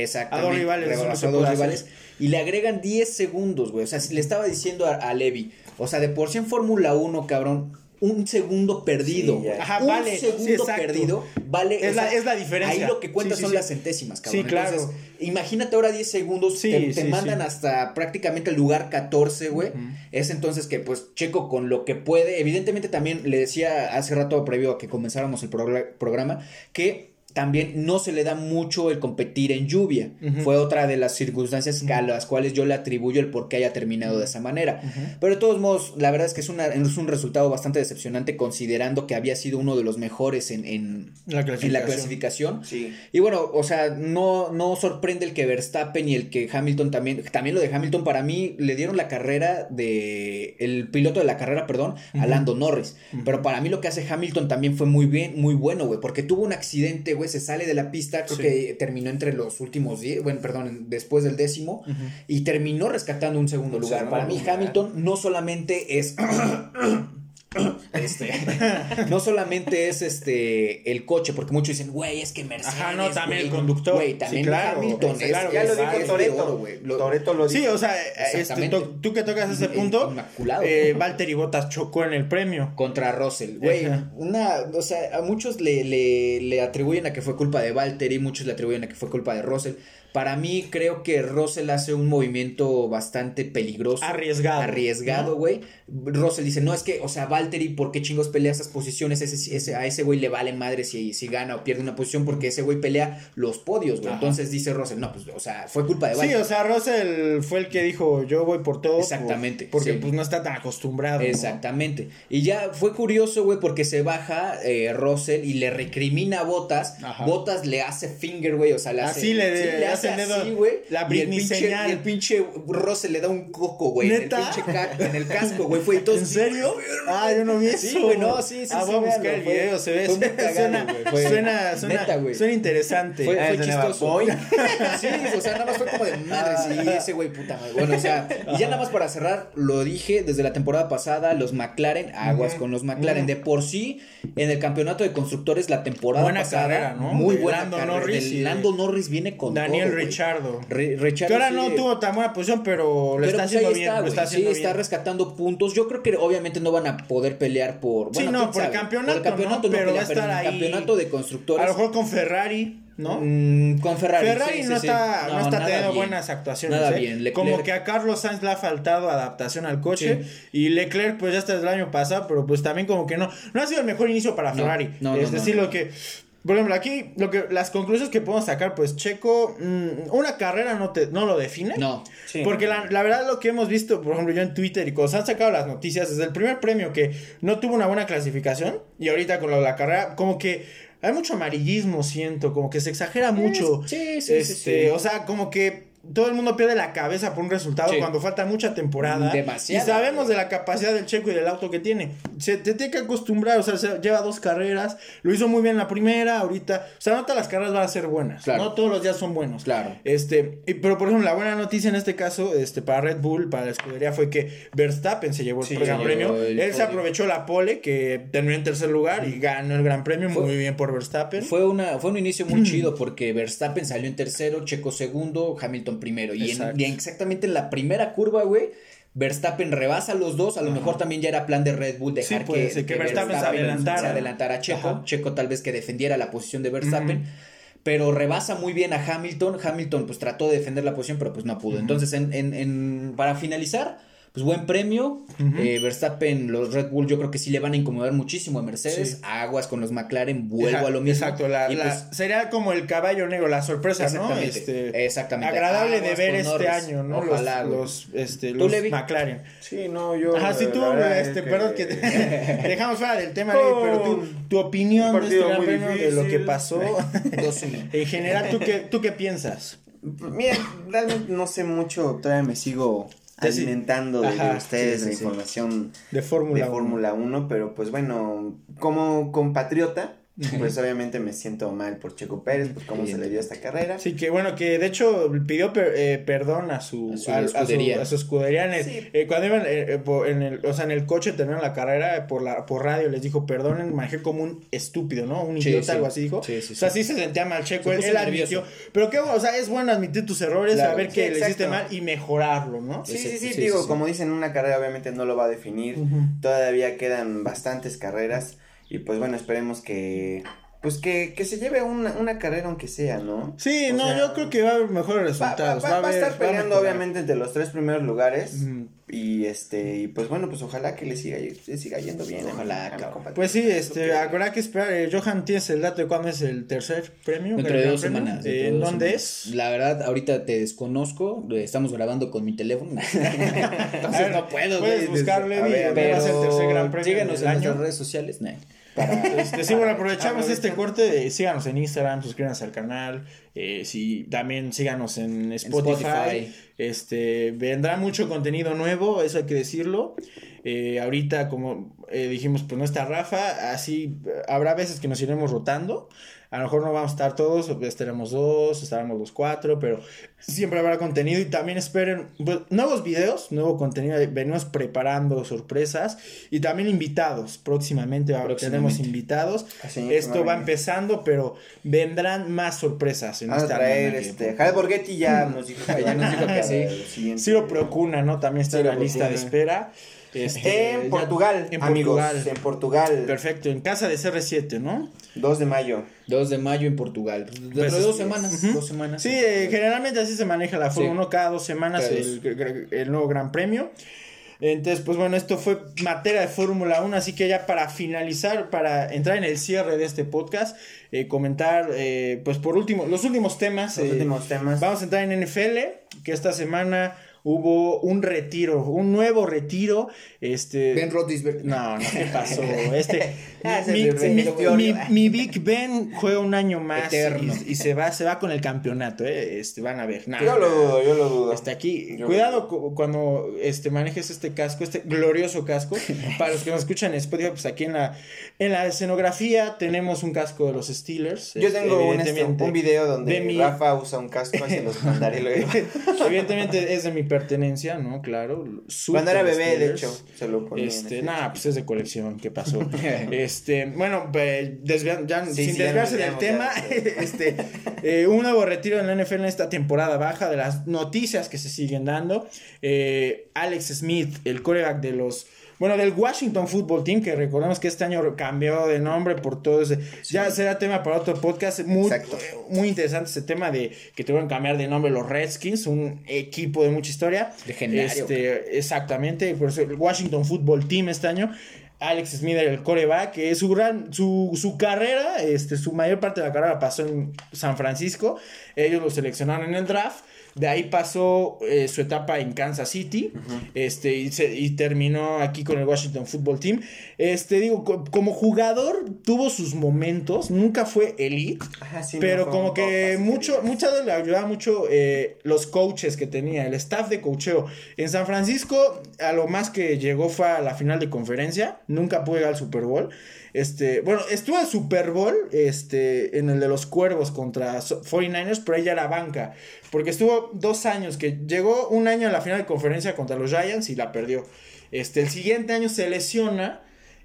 rivales. Y le agregan 10 segundos, güey. O sea, le estaba diciendo a Levi. O sea, de por sí en Fórmula 1, cabrón, un segundo perdido. Sí, un segundo perdido vale. Es la diferencia. Ahí lo que cuenta son las centésimas, cabrón. Sí, claro. Entonces, imagínate ahora 10 segundos. Te mandan hasta prácticamente el lugar 14, güey. Es entonces que, pues, Checo con lo que puede. Evidentemente también le decía hace rato previo a que comenzáramos el programa que también no se le da mucho el competir en lluvia. Fue otra de las circunstancias a las cuales yo le atribuyo el por qué haya terminado de esa manera. Pero de todos modos, la verdad es que es un resultado bastante decepcionante considerando que había sido uno de los mejores en la clasificación. Sí. Y bueno, o sea, no sorprende el que Verstappen y el que Hamilton también lo de Hamilton para mí le dieron la carrera el piloto de la carrera, perdón, a Lando Norris. Pero para mí lo que hace Hamilton también fue muy bueno, güey, porque tuvo un accidente, güey, se sale de la pista, creo que terminó entre los últimos 10, bueno, perdón, después del 10º, y terminó rescatando un segundo lugar. Para mí Hamilton no solamente es no solamente es el coche, porque muchos dicen, güey, es que Mercedes. Ajá, no, también el conductor. Güey, también sí, claro, Hamilton. Claro, ya lo dijo Toretto, güey. Toretto lo dijo. Sí, o sea, tú que tocas ese punto, inmaculado. Valtteri Bottas chocó en el premio. Contra Russell, güey. O sea, a muchos le atribuyen a que fue culpa de Valtteri, muchos le atribuyen a que fue culpa de Russell. Para mí, creo que Russell hace un movimiento bastante peligroso. Arriesgado, güey. ¿No? Russell dice, no, es que, o sea, Valtteri, ¿por qué chingos pelea esas posiciones? A ese güey le vale madre si gana o pierde una posición, porque ese güey pelea los podios, güey. Entonces dice Russell, no, pues, o sea, fue culpa de Valtteri. Sí, o sea, Russell fue el que dijo, yo voy por todo. Exactamente. Porque pues no está tan acostumbrado. Exactamente. ¿No? Y ya fue curioso, güey, porque se baja Russell y le recrimina a Bottas. Bottas le hace finger, güey, o sea, le hace... Así le hace el dedo, así, güey. La Britney señal. Y el pinche Russell le da un coco, güey. ¿Neta? En el casco, güey. Fue todo. ¿En serio? Yo no vi eso. Sí, güey, no, sí. Voy a buscar el video, se ve. Suena interesante. Fue chistoso. Sí, o sea, nada más fue como de madre, sí, ese güey, puta madre. Bueno, o sea, y ya nada más para cerrar, lo dije desde la temporada pasada, los McLaren, aguas con los McLaren. De por sí, en el campeonato de constructores, la temporada pasada. Carrera, ¿no? Muy buena Lando carrera. Norris Lando Norris viene con Daniel todo, Ricciardo. Ricciardo. Que ahora no tuvo tan buena posición, pero lo está haciendo bien. Está rescatando puntos. Yo creo que obviamente no van a poder pelear por. Bueno, sí, no, por el campeonato, pero va a estar ahí. El campeonato de constructores. A lo mejor con Ferrari. ¿No? Con Ferrari. Ferrari no está teniendo bien. buenas actuaciones. Nada bien. Leclerc. Como que a Carlos Sainz le ha faltado adaptación al coche. Y Leclerc, pues ya está desde el año pasado, pero pues también como que no ha sido el mejor inicio para Ferrari. Es decir, lo que. Por ejemplo, aquí las conclusiones que podemos sacar, pues Checo, una carrera no lo define. No. Sí. Porque la verdad lo que hemos visto, por ejemplo, yo en Twitter y cuando se han sacado las noticias, desde el primer premio que no tuvo una buena clasificación y ahorita con la carrera, como que hay mucho amarillismo, siento, como que se exagera mucho. Sí. O sea, como que todo el mundo pierde la cabeza por un resultado cuando falta mucha temporada. Demasiado. Y sabemos de la capacidad del Checo y del auto que tiene. Te tiene que acostumbrar, o sea, lleva 2 carreras, lo hizo muy bien la primera, ahorita, o sea, no todas las carreras van a ser buenas, no todos los días son buenos. Claro. Pero por ejemplo, la buena noticia en este caso, para Red Bull, para la escudería, fue que Verstappen se llevó el Gran Premio. Él se aprovechó la pole, que terminó en tercer lugar y ganó el Gran Premio, muy bien por Verstappen. Fue un inicio muy chido porque Verstappen salió en tercero, Checo segundo, Hamilton primero. Y exactamente en la primera curva, güey, Verstappen rebasa a los dos. A lo mejor también ya era plan de Red Bull dejar que Verstappen se adelantara a Checo. Ajá. Checo tal vez que defendiera la posición de Verstappen. Pero rebasa muy bien a Hamilton. Hamilton pues trató de defender la posición, pero pues no pudo. Entonces, para finalizar, pues buen premio. Verstappen, los Red Bull yo creo que sí le van a incomodar muchísimo a Mercedes. Aguas con los McLaren, vuelvo a lo mismo. Exacto, sería como el caballo negro, la sorpresa, ¿no? Exactamente. Agradable de ver este año, ¿no? Ojalá, los McLaren. Sí, no, yo. Sí, tú, perdón que te dejamos fuera del tema, pero tu opinión de este Gran Premio, de lo que pasó. En general, ¿tú qué piensas? Mira, realmente no sé mucho, todavía me sigo alimentando de ustedes la información de Fórmula 1, pero pues bueno, como compatriota, pues obviamente me siento mal por Checo Pérez, pues cómo se le dio esta carrera. Sí, que bueno, que de hecho pidió perdón a su escudería. Cuando iban en el coche terminaron la carrera por radio, les dijo, perdonen, manejé como un estúpido, ¿no? Un idiota, algo así dijo. O sea, sí se sentía mal Checo, él admitió. Pero que, o sea, es bueno admitir tus errores, saber que le hiciste mal y mejorarlo, ¿no? Sí, digo, como dicen, una carrera obviamente no lo va a definir, todavía quedan bastantes carreras. Y pues bueno, esperemos que se lleve una carrera aunque sea, ¿no? Sí, yo creo que va a haber mejores resultados. Va a estar peleando obviamente entre los 3 primeros lugares. Y pues bueno, pues ojalá que le siga yendo bien. Ojalá, cabrón. Pues sí, habrá que esperar. Johan, ¿tienes el dato de cuándo es el tercer premio? Dentro de 2 semanas. ¿En dónde es? La verdad, ahorita te desconozco. Estamos grabando con mi teléfono. Entonces no puedo. Puedes buscarle. Pero va a ser el tercer gran premio. Síganos en nuestras redes sociales. Sí, bueno, aprovechamos este corte. Síganos en Instagram, suscríbanse al canal. También síganos en Spotify. Vendrá mucho contenido nuevo, eso hay que decirlo. Ahorita, como dijimos, pues no está Rafa. Así habrá veces que nos iremos rotando. A lo mejor no vamos a estar todos, estaremos 2, estaremos los 4, pero siempre habrá contenido. Y también esperen pues, nuevos videos, nuevo contenido. Venimos preparando sorpresas y también invitados. Próximamente tenemos invitados. Esto va empezando, pero vendrán más sorpresas. Vamos a traer Jared Borghetti ya nos dijo que sí. Ciro Procuna, ¿no? También está en la lista de espera. En Portugal, en Portugal. Perfecto, en casa de CR7, ¿no? 2 de mayo. 2 de mayo en Portugal. Dentro de 2 semanas. 2 semanas. Sí, generalmente así se maneja la Fórmula 1, cada 2 semanas el nuevo Gran Premio. Entonces, pues bueno, esto fue materia de Fórmula 1, así que ya para finalizar, para entrar en el cierre de este podcast, comentar, pues por último, los últimos temas. Vamos a entrar en NFL, que esta semana hubo un nuevo retiro. Ben Roethlisberger. No, ¿qué pasó? Mi Big Ben juega un año más y se va con el campeonato, van a ver. Yo lo dudo. Aquí. Cuidado cuando manejes este casco, este glorioso casco. Para los que nos escuchan en Spotify, pues aquí en la escenografía tenemos un casco de los Steelers. Yo tengo un video donde Rafa usa un casco, así los mandaré luego. Evidentemente es de mi pertenencia, ¿no? Claro. Cuando era bebé, de hecho, se lo ponía. Pues es de colección, ¿qué pasó? Bueno, sin desviarse del tema, un nuevo retiro en la NFL en esta temporada baja, de las noticias que se siguen dando. Alex Smith, el quarterback del Washington Football Team, que recordemos que este año cambió de nombre por todo ese. Sí. Ya será tema para otro podcast. Muy interesante ese tema de que tuvieron que cambiar de nombre los Redskins, un equipo de mucha historia. Legendario. Exactamente, por eso el Washington Football Team este año. Alex Smith, el quarterback, que su carrera, su mayor parte de la carrera pasó en San Francisco. Ellos lo seleccionaron en el draft. De ahí pasó su etapa en Kansas City, y terminó aquí con el Washington Football Team. Como jugador tuvo sus momentos, nunca fue elite, pero como que muchas veces le ayudaba mucho los coaches que tenía, el staff de coacheo. En San Francisco, a lo más que llegó fue a la final de conferencia, nunca pudo llegar al Super Bowl. Estuvo en Super Bowl, en el de los Cuervos contra 49ers, pero ella era banca, porque estuvo 2 años, que llegó un año a la final de conferencia contra los Giants y la perdió. El siguiente año se lesiona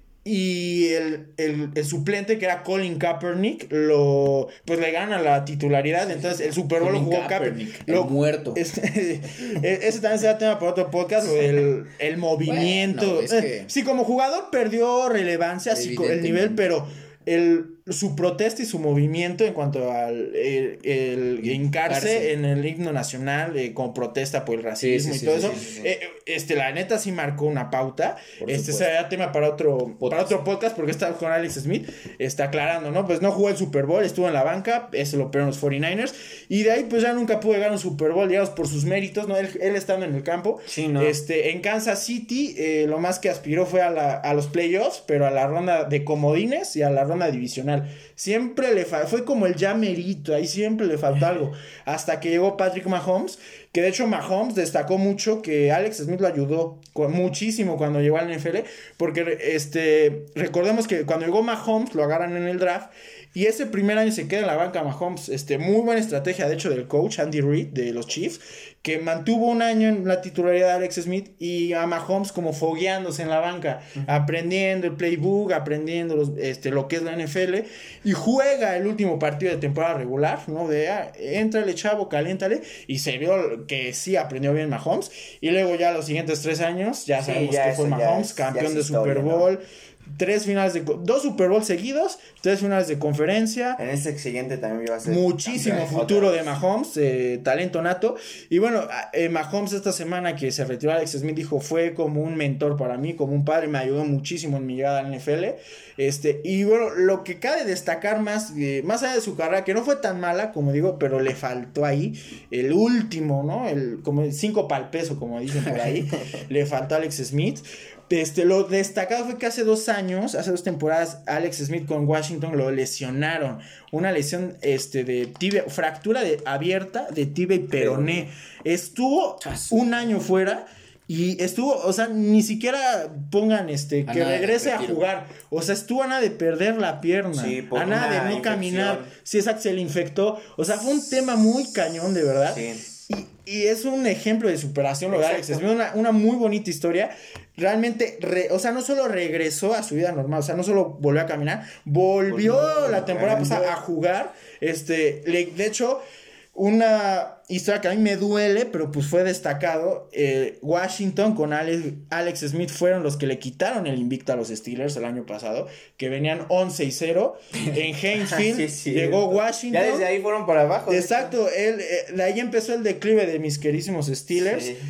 y el suplente, que era Colin Kaepernick, le gana la titularidad. Entonces el Super Bowl lo jugó Kaepernick, muerto. Ese también será tema para otro podcast, el movimiento. Sí, como jugador perdió relevancia, sí, el nivel, pero su protesta y su movimiento en cuanto al el hincarse en el himno nacional, como protesta por el racismo y todo eso. La neta sí marcó una pauta. Será tema para otro podcast, porque está con Alex Smith, está aclarando, ¿no? Pues no jugó el Super Bowl, estuvo en la banca, eso lo perdieron los 49ers, y de ahí pues ya nunca pudo llegar a un Super Bowl, digamos, por sus méritos, ¿no? Él estando en el campo. Sí, ¿no? En Kansas City, lo más que aspiró fue a los playoffs, pero a la ronda de comodines y a la ronda divisional. Siempre fue como el ya merito, ahí siempre le faltó algo, hasta que llegó Patrick Mahomes, que de hecho Mahomes destacó mucho que Alex Smith lo ayudó muchísimo cuando llegó al NFL, porque recordemos que cuando llegó Mahomes lo agarran en el draft, y ese primer año se queda en la banca Mahomes. Muy buena estrategia, de hecho, del coach Andy Reid de los Chiefs, que mantuvo un año en la titularidad de Alex Smith, y a Mahomes como fogueándose en la banca, aprendiendo el playbook, aprendiendo lo que es la NFL, y juega el último partido de temporada regular, ¿no? Éntrale, chavo, caliéntale, y se vio que sí aprendió bien Mahomes, y luego ya los siguientes 3 años, ya sabemos que fue Mahomes, campeón de Super Bowl, ¿no? 2 Super Bowl seguidos, 3 finales de conferencia. En ese siguiente también iba a ser muchísimo futuro de Mahomes, talento nato. Y bueno, Mahomes esta semana que se retiró Alex Smith dijo, fue como un mentor para mí, como un padre, me ayudó muchísimo en mi llegada al NFL. Y bueno, lo que cabe destacar más allá de su carrera, que no fue tan mala, como digo, pero le faltó ahí el último, ¿no? Como 5 pa'l peso, como dicen por ahí, le faltó a Alex Smith. Lo destacado fue que hace 2 temporadas, Alex Smith con Washington lo lesionaron. Una lesión de tibia, fractura abierta de tibia y peroné. Estuvo un año fuera. Y estuvo, o sea, ni siquiera pongan que regrese a jugar. O sea, estuvo a nada de perder la pierna. Sí, a nada de no infección. Caminar. Sí, exacto, se le infectó. O sea, fue un tema muy cañón, de verdad. Sí. Y es un ejemplo de superación lo de Alex. Es una muy bonita historia. Realmente, o sea, no solo regresó a su vida normal, o sea, no solo volvió a caminar, volvió la temporada pasada a jugar. De hecho, una historia que a mí me duele, pero pues fue destacado. Washington con Alex Smith fueron los que le quitaron el invicto a los Steelers el año pasado, que venían 11-0 en Heinz Field. Sí, llegó Washington. Ya desde ahí fueron para abajo. Exacto, de ahí empezó el declive de mis queridísimos Steelers. Sí.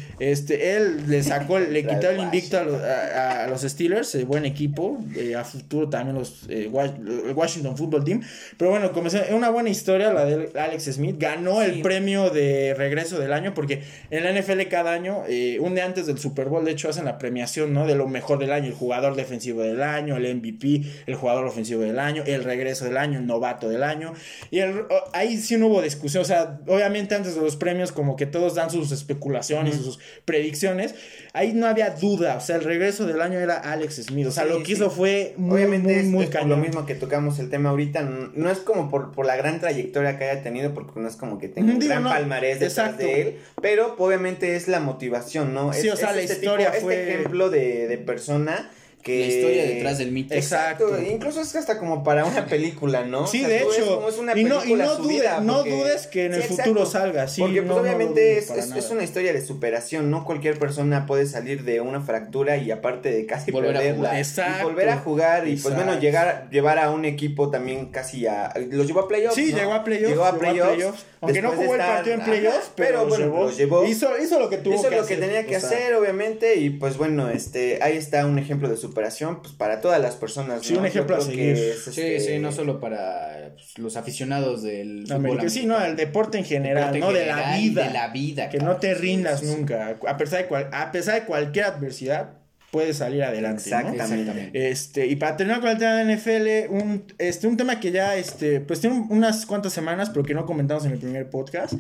Él le quitó el invicto a los Steelers, buen equipo, a futuro también el Washington Football Team. Pero bueno, comenzó una buena historia la de Alex Smith, ganó el premio de regreso del año, porque en la NFL cada año, un día antes del Super Bowl, de hecho hacen la premiación, ¿no? De lo mejor del año, el jugador defensivo del año, el MVP, el jugador ofensivo del año, el regreso del año, el novato del año, y ahí sí no hubo discusión. O sea, obviamente antes de los premios como que todos dan sus especulaciones, sus predicciones, ahí no había duda, o sea, el regreso del año era Alex Smith, o sea, lo que hizo fue muy, obviamente muy cañón. Lo mismo que tocamos el tema ahorita, no es como por la gran trayectoria que haya tenido, porque no es como que tenga un gran palmarés detrás de él, pero obviamente es la motivación, ¿no? Sí, o sea, la historia fue... Este ejemplo de persona que... La historia detrás del mito. Exacto. Incluso es hasta como para una película, ¿no? Sí, o sea, de hecho. Es una película no dudes que en el futuro salga. Sí, porque pues obviamente es una historia de superación. No cualquier persona puede salir de una fractura y aparte de casi perderla. Exacto. Y volver a jugar y pues bueno, llevar a un equipo también casi a... Los llevó a playoffs, sí, ¿no? Llegó a playoffs. Aunque no jugó el partido en playoffs, pero bueno, los llevó. Hizo lo que tuvo que hacer. Hizo lo que tenía que hacer, obviamente, y pues bueno, ahí está un ejemplo de superación, pues para todas las personas, sí, ¿no? Un ejemplo a seguir. Sí, no solo para los aficionados del fútbol americano. Sí, no, el deporte en general, ¿no? De la vida. Que no te rindas nunca. A pesar de cualquier adversidad, puedes salir adelante. Exactamente. ¿No? Y para terminar con el tema de la NFL, un tema que ya pues tiene unas cuantas semanas, pero que no comentamos en el primer podcast,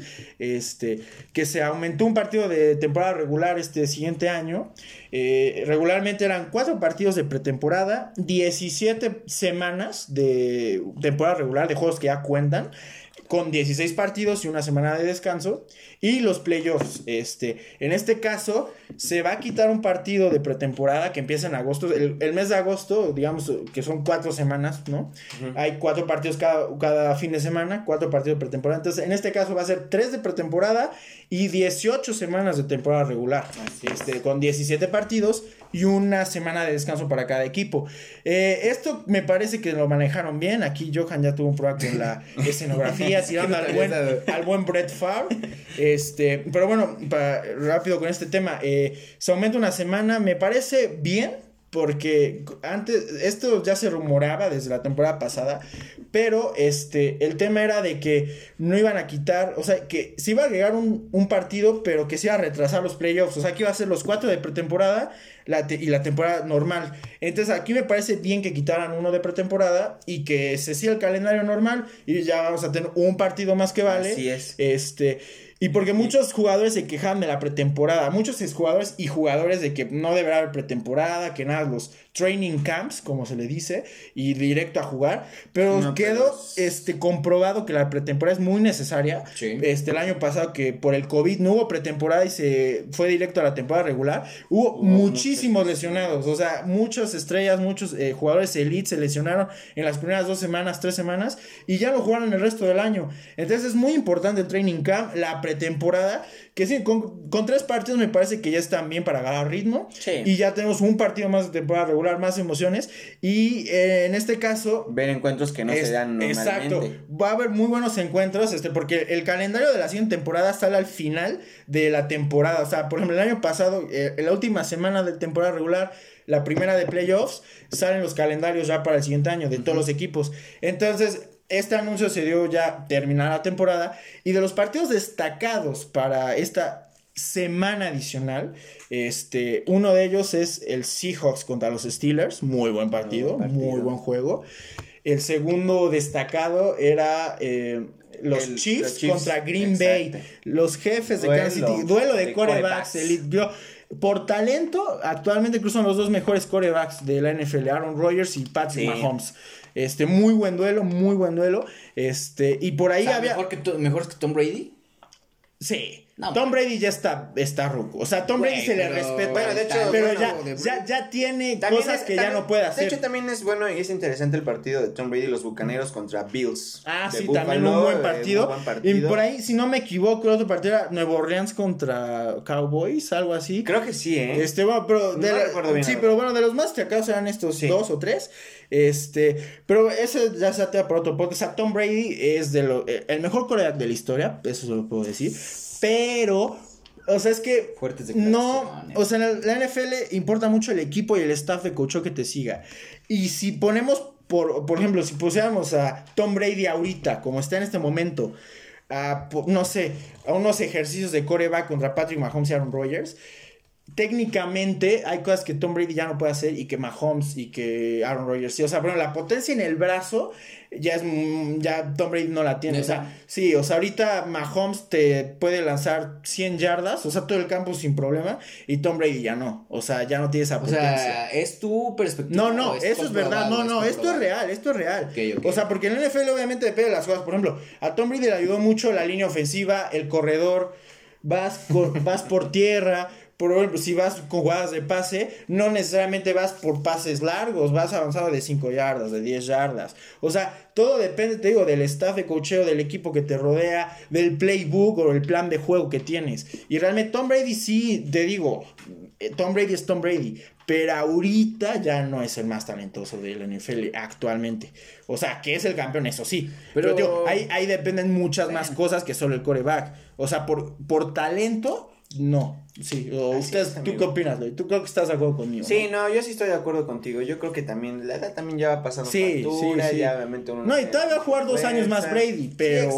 que se aumentó un partido de temporada regular siguiente año. Regularmente eran 4 partidos de pretemporada, 17 semanas de temporada regular, de juegos que ya cuentan, con 16 partidos y una semana de descanso, y los playoffs. En este caso, se va a quitar un partido de pretemporada que empieza en agosto. El mes de agosto, digamos que son 4 semanas, ¿no? Uh-huh. Hay 4 partidos cada fin de semana, 4 partidos de pretemporada. Entonces, en este caso va a ser 3 de pretemporada y 18 semanas de temporada regular. Con 17 partidos y una semana de descanso para cada equipo. Esto me parece que lo manejaron bien. Aquí Johan ya tuvo un problema con la escenografía, tirando al buen Brett Favre. Pero bueno, rápido con este tema. Se aumenta una semana, me parece bien, porque antes, esto ya se rumoraba desde la temporada pasada, pero el tema era de que no iban a quitar, o sea, que se iba a agregar un partido, pero que se iba a retrasar los playoffs, o sea, que iba a ser los 4 de pretemporada y la temporada normal. Entonces aquí me parece bien que quitaran uno de pretemporada y que se siga el calendario normal y ya vamos a tener un partido más que vale. Así es. Y porque muchos jugadores se quejan de la pretemporada, muchos exjugadores y jugadores de que no deberá haber pretemporada, que nada, los training camps, como se le dice, y directo a jugar, pero quedó comprobado que la pretemporada es muy necesaria. Sí. El año pasado, que por el COVID no hubo pretemporada y se fue directo a la temporada regular, hubo muchísimos lesionados, o sea, muchas estrellas, muchos jugadores elite se lesionaron en las primeras 2 semanas, 3 semanas, y ya no jugaron el resto del año. Entonces es muy importante el training camp, la pretemporada, que sí, con 3 partidos me parece que ya están bien para agarrar ritmo. Sí. Y ya tenemos un partido más de temporada regular, más emociones. Y en este caso... ver encuentros que no se dan normalmente. Exacto. Va a haber muy buenos encuentros, porque el calendario de la siguiente temporada sale al final de la temporada. O sea, por ejemplo, el año pasado, en la última semana de temporada regular, la primera de playoffs, salen los calendarios ya para el siguiente año de todos los equipos. Entonces, este anuncio se dio ya terminada la temporada. Y de los partidos destacados para esta semana adicional, uno de ellos es el Seahawks contra los Steelers. Muy buen partido. Muy buen juego. El segundo destacado era los Chiefs contra Green Bay. Los jefes de Kansas City. Duelo de quarterbacks. Por talento, actualmente cruzan los 2 mejores quarterbacks de la NFL, Aaron Rodgers y Patrick Mahomes. Muy buen duelo. Y por ahí había... ¿Mejor que Tom Brady? Sí. No, Tom Brady ya está ruco. O sea, Tom Brady se le respeta. Bueno, de hecho, pero ya tiene también cosas que ya no puede hacer. De hecho, también es bueno y es interesante el partido de Tom Brady y los Bucaneros contra Bills. Sí, Buffalo, también un buen partido. Y por ahí, si no me equivoco, el otro partido era Nueva Orleans contra Cowboys, algo así. Creo que sí, Bueno, pero no recuerdo bien. Sí, pero bueno, de los más destacados eran estos 2 o 3. Pero ese ya se atea por otro podcast. O sea, Tom Brady es el mejor quarterback de la historia, eso se lo puedo decir. Pero, o sea, es que no, o sea, en la NFL importa mucho el equipo y el staff de coaching que te siga. Y si ponemos, por ejemplo, si pusiéramos a Tom Brady ahorita, como está en este momento, no sé, a unos ejercicios de quarterback contra Patrick Mahomes y Aaron Rodgers, técnicamente hay cosas que Tom Brady ya no puede hacer y que Mahomes y que Aaron Rodgers sí. O sea, bueno, la potencia en el brazo ya Tom Brady no la tiene. O sea, sí, o sea, ahorita Mahomes te puede lanzar 100 yardas, o sea, todo el campo sin problema, y Tom Brady ya no. O sea, ya no tiene esa potencia. O sea, ¿es tu perspectiva? No, eso es verdad. No, esto es real. Okay. O sea, porque en la NFL obviamente depende de las cosas. Por ejemplo, a Tom Brady le ayudó mucho la línea ofensiva, el corredor, vas por tierra. Por ejemplo, si vas con jugadas de pase, no necesariamente vas por pases largos, vas avanzado de 5 yardas, de 10 yardas. O sea, todo depende, te digo, del staff de coacheo, del equipo que te rodea, del playbook o el plan de juego que tienes. Y realmente Tom Brady sí, te digo, Tom Brady es Tom Brady, pero ahorita ya no es el más talentoso de la NFL actualmente. O sea, que es el campeón, eso sí. Pero tío, ahí dependen muchas más cosas que solo el quarterback. O sea, por talento, no. Sí, ¿tú qué opinas, Lloyd? ¿Tú creo que estás de acuerdo conmigo? Sí, no, yo sí estoy de acuerdo contigo. Yo creo que también la edad también ya va pasando factura, ya obviamente uno y todavía va a jugar 2 años más Brady, pero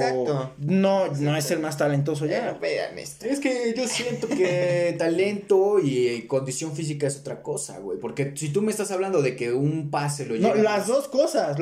no es el más talentoso ya. Vean esto. Es que yo siento que talento y condición física es otra cosa, güey, porque si tú me estás hablando de que un pase lo lleva... No, las dos cosas.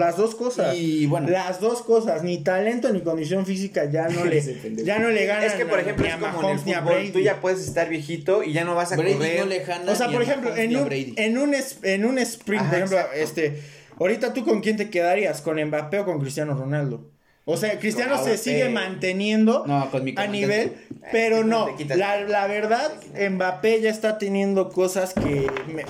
Y bueno, las dos cosas, ni talento ni condición física ya no le ganan. Es que por ejemplo ni a es como Mahomes ni a Brady. Tú ya puedes estar viejito y ya no vas a Brady correr. No le gana, o sea, por ejemplo, en un sprint, por ejemplo, ahorita tú con quién te quedarías, ¿con Mbappé o con Cristiano Ronaldo? O sea, Cristiano se sigue manteniendo a nivel, pero no, la verdad, Mbappé ya está teniendo cosas que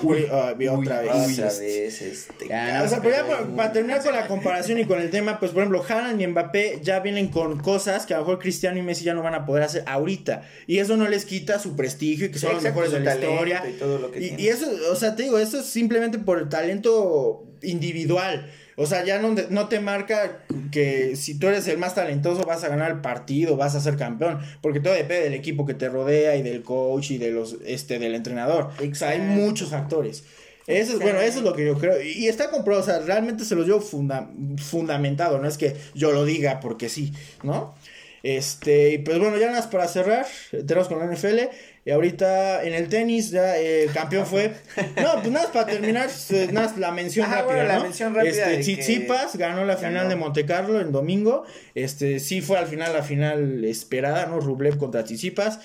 otra vez. O sea, pero ya para terminar con la comparación y con el tema, pues por ejemplo, Haaland y Mbappé ya vienen con cosas que a lo mejor Cristiano y Messi ya no van a poder hacer ahorita, y eso no les quita su prestigio y que son los mejores de la historia. Y eso, o sea, te digo, eso es simplemente por el talento individual. O sea, ya no te marca que si tú eres el más talentoso vas a ganar el partido, vas a ser campeón, porque todo depende del equipo que te rodea y del coach y de del entrenador. O sea, hay muchos factores. Eso es lo que yo creo. Y está comprobado, o sea, realmente se los llevo fundamentado, no es que yo lo diga porque sí, ¿no? Y pues bueno, ya nada más para cerrar, tenemos con la NFL. Y ahorita en el tenis ya el campeón fue. No, pues nada más para terminar, nada más la mención rápida. Bueno, la mención rápida. Tsitsipas ganó la final de Monte Carlo en domingo. Sí fue al final la final esperada, ¿no? Rublev contra Tsitsipas.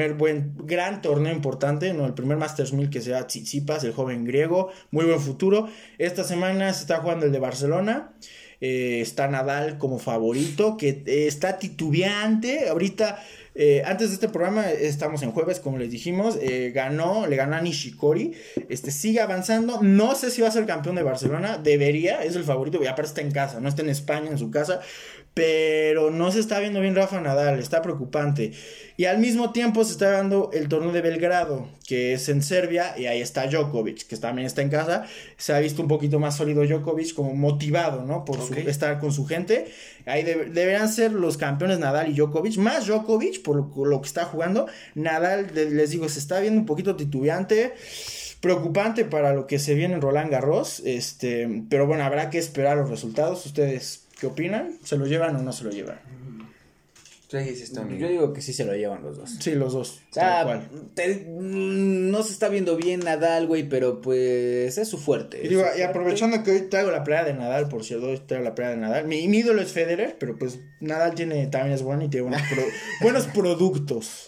Gran torneo importante, ¿no? El primer Masters 1000 que se da Tsitsipas, el joven griego. Muy buen futuro. Esta semana se está jugando el de Barcelona. Está Nadal como favorito, que está titubeante. Ahorita, antes de este programa, estamos en jueves, como les dijimos, le ganó a Nishikori. Sigue avanzando. No sé si va a ser campeón de Barcelona, debería, es el favorito, y aparte está en casa, no está en España, en su casa. pero no se está viendo bien Rafa Nadal, está preocupante. Y al mismo tiempo se está dando el torneo de Belgrado, que es en Serbia, y ahí está Djokovic, que también está en casa. Se ha visto un poquito más sólido Djokovic, como motivado, ¿no? Por estar con su gente. Ahí deberían ser los campeones Nadal y Djokovic, más Djokovic por lo que está jugando. Nadal, les digo, se está viendo un poquito titubeante. Preocupante para lo que se viene en Roland Garros, pero bueno, habrá que esperar los resultados. ¿Ustedes qué opinan? ¿Se lo llevan o no se lo llevan? Yo digo que sí se lo llevan los dos. Sí, los dos. O sea, no se está viendo bien Nadal, güey, pero pues es su fuerte. Y aprovechando que hoy traigo la playa de Nadal, por cierto, hoy traigo la playa de Nadal. Mi ídolo es Federer, pero pues Nadal también es bueno y tiene buenos productos.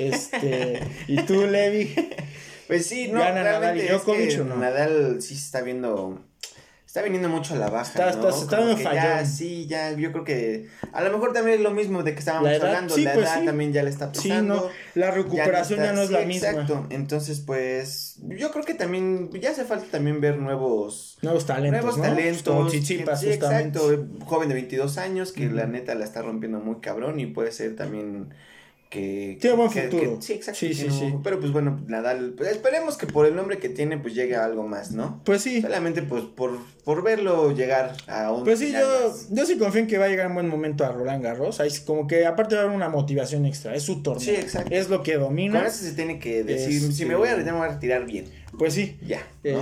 ¿Y tú, Levi? Pues sí, no, ¿gana Nadal y Djokovic o no? Nadal sí se está viendo... Está viniendo mucho a la baja, ¿no? Está dando fallón. Ya, yo creo que a lo mejor también es lo mismo de que estábamos hablando, sí, la pues edad sí. También ya le está pasando. Sí, no, la recuperación ya no es la misma. Exacto, entonces pues yo creo que también ya hace falta también ver nuevos talentos, ¿no? Como Tsitsipas, sí, exacto, joven de 22 años que la neta la está rompiendo muy cabrón y puede ser también... tiene buen futuro. Sí, exacto. Sí. Pero pues bueno, Nadal, pues esperemos que por el nombre que tiene pues llegue a algo más, ¿no? Pues sí. Solamente pues por verlo llegar a un pues sí, yo sí confío en que va a llegar en buen momento a Roland Garros. Ahí como que aparte va a haber una motivación extra, es su torneo. Sí, exacto. Es lo que domina. Con eso se tiene que decir, si me voy a retirar, me voy a retirar bien. Pues sí. Ya, ¿no?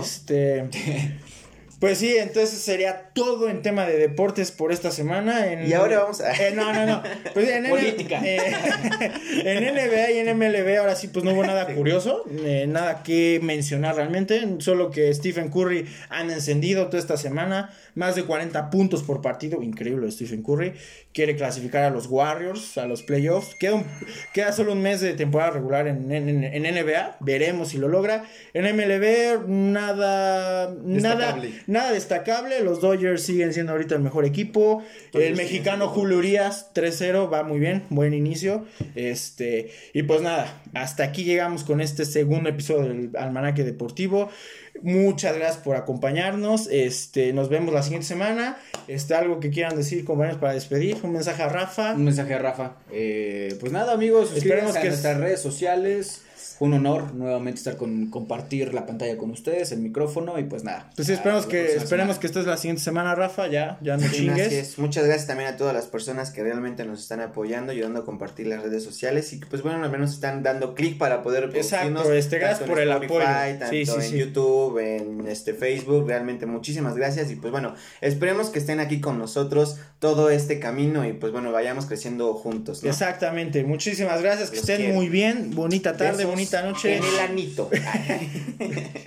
Pues sí, entonces sería todo en tema de deportes por esta semana. Y ahora vamos a... No. Pues en política. En NBA y en MLB ahora sí pues no hubo nada curioso, nada que mencionar realmente, solo que Stephen Curry han encendido toda esta semana, más de 40 puntos por partido, increíble Stephen Curry, quiere clasificar a los Warriors, a los playoffs, queda solo un mes de temporada regular en NBA, veremos si lo logra. En MLB nada destacable, los Dodgers siguen siendo ahorita el mejor equipo, el mexicano Julio Urias 3-0, va muy bien, buen inicio, y pues nada, hasta aquí llegamos con este segundo episodio del Almanaque Deportivo. Muchas gracias por acompañarnos, nos vemos la siguiente semana. Algo que quieran decir, compañeros, para despedir, un mensaje a Rafa. Pues nada, amigos, suscríbanse a nuestras redes sociales. Fue un honor nuevamente compartir la pantalla con ustedes, el micrófono, y pues nada. Pues sí, esperemos que estés la siguiente semana, Rafa, ya no chingues. Gracias. Muchas gracias también a todas las personas que realmente nos están apoyando, ayudando a compartir las redes sociales, y que pues bueno, al menos están dando clic para poder seguirnos. Gracias por el apoyo. Tanto en YouTube, en Facebook, realmente muchísimas gracias, y pues bueno, esperemos que estén aquí con nosotros todo este camino, y pues bueno, vayamos creciendo juntos, ¿no? Exactamente, muchísimas gracias, que estén muy bien, bonita tarde, bonita noche. En el anito.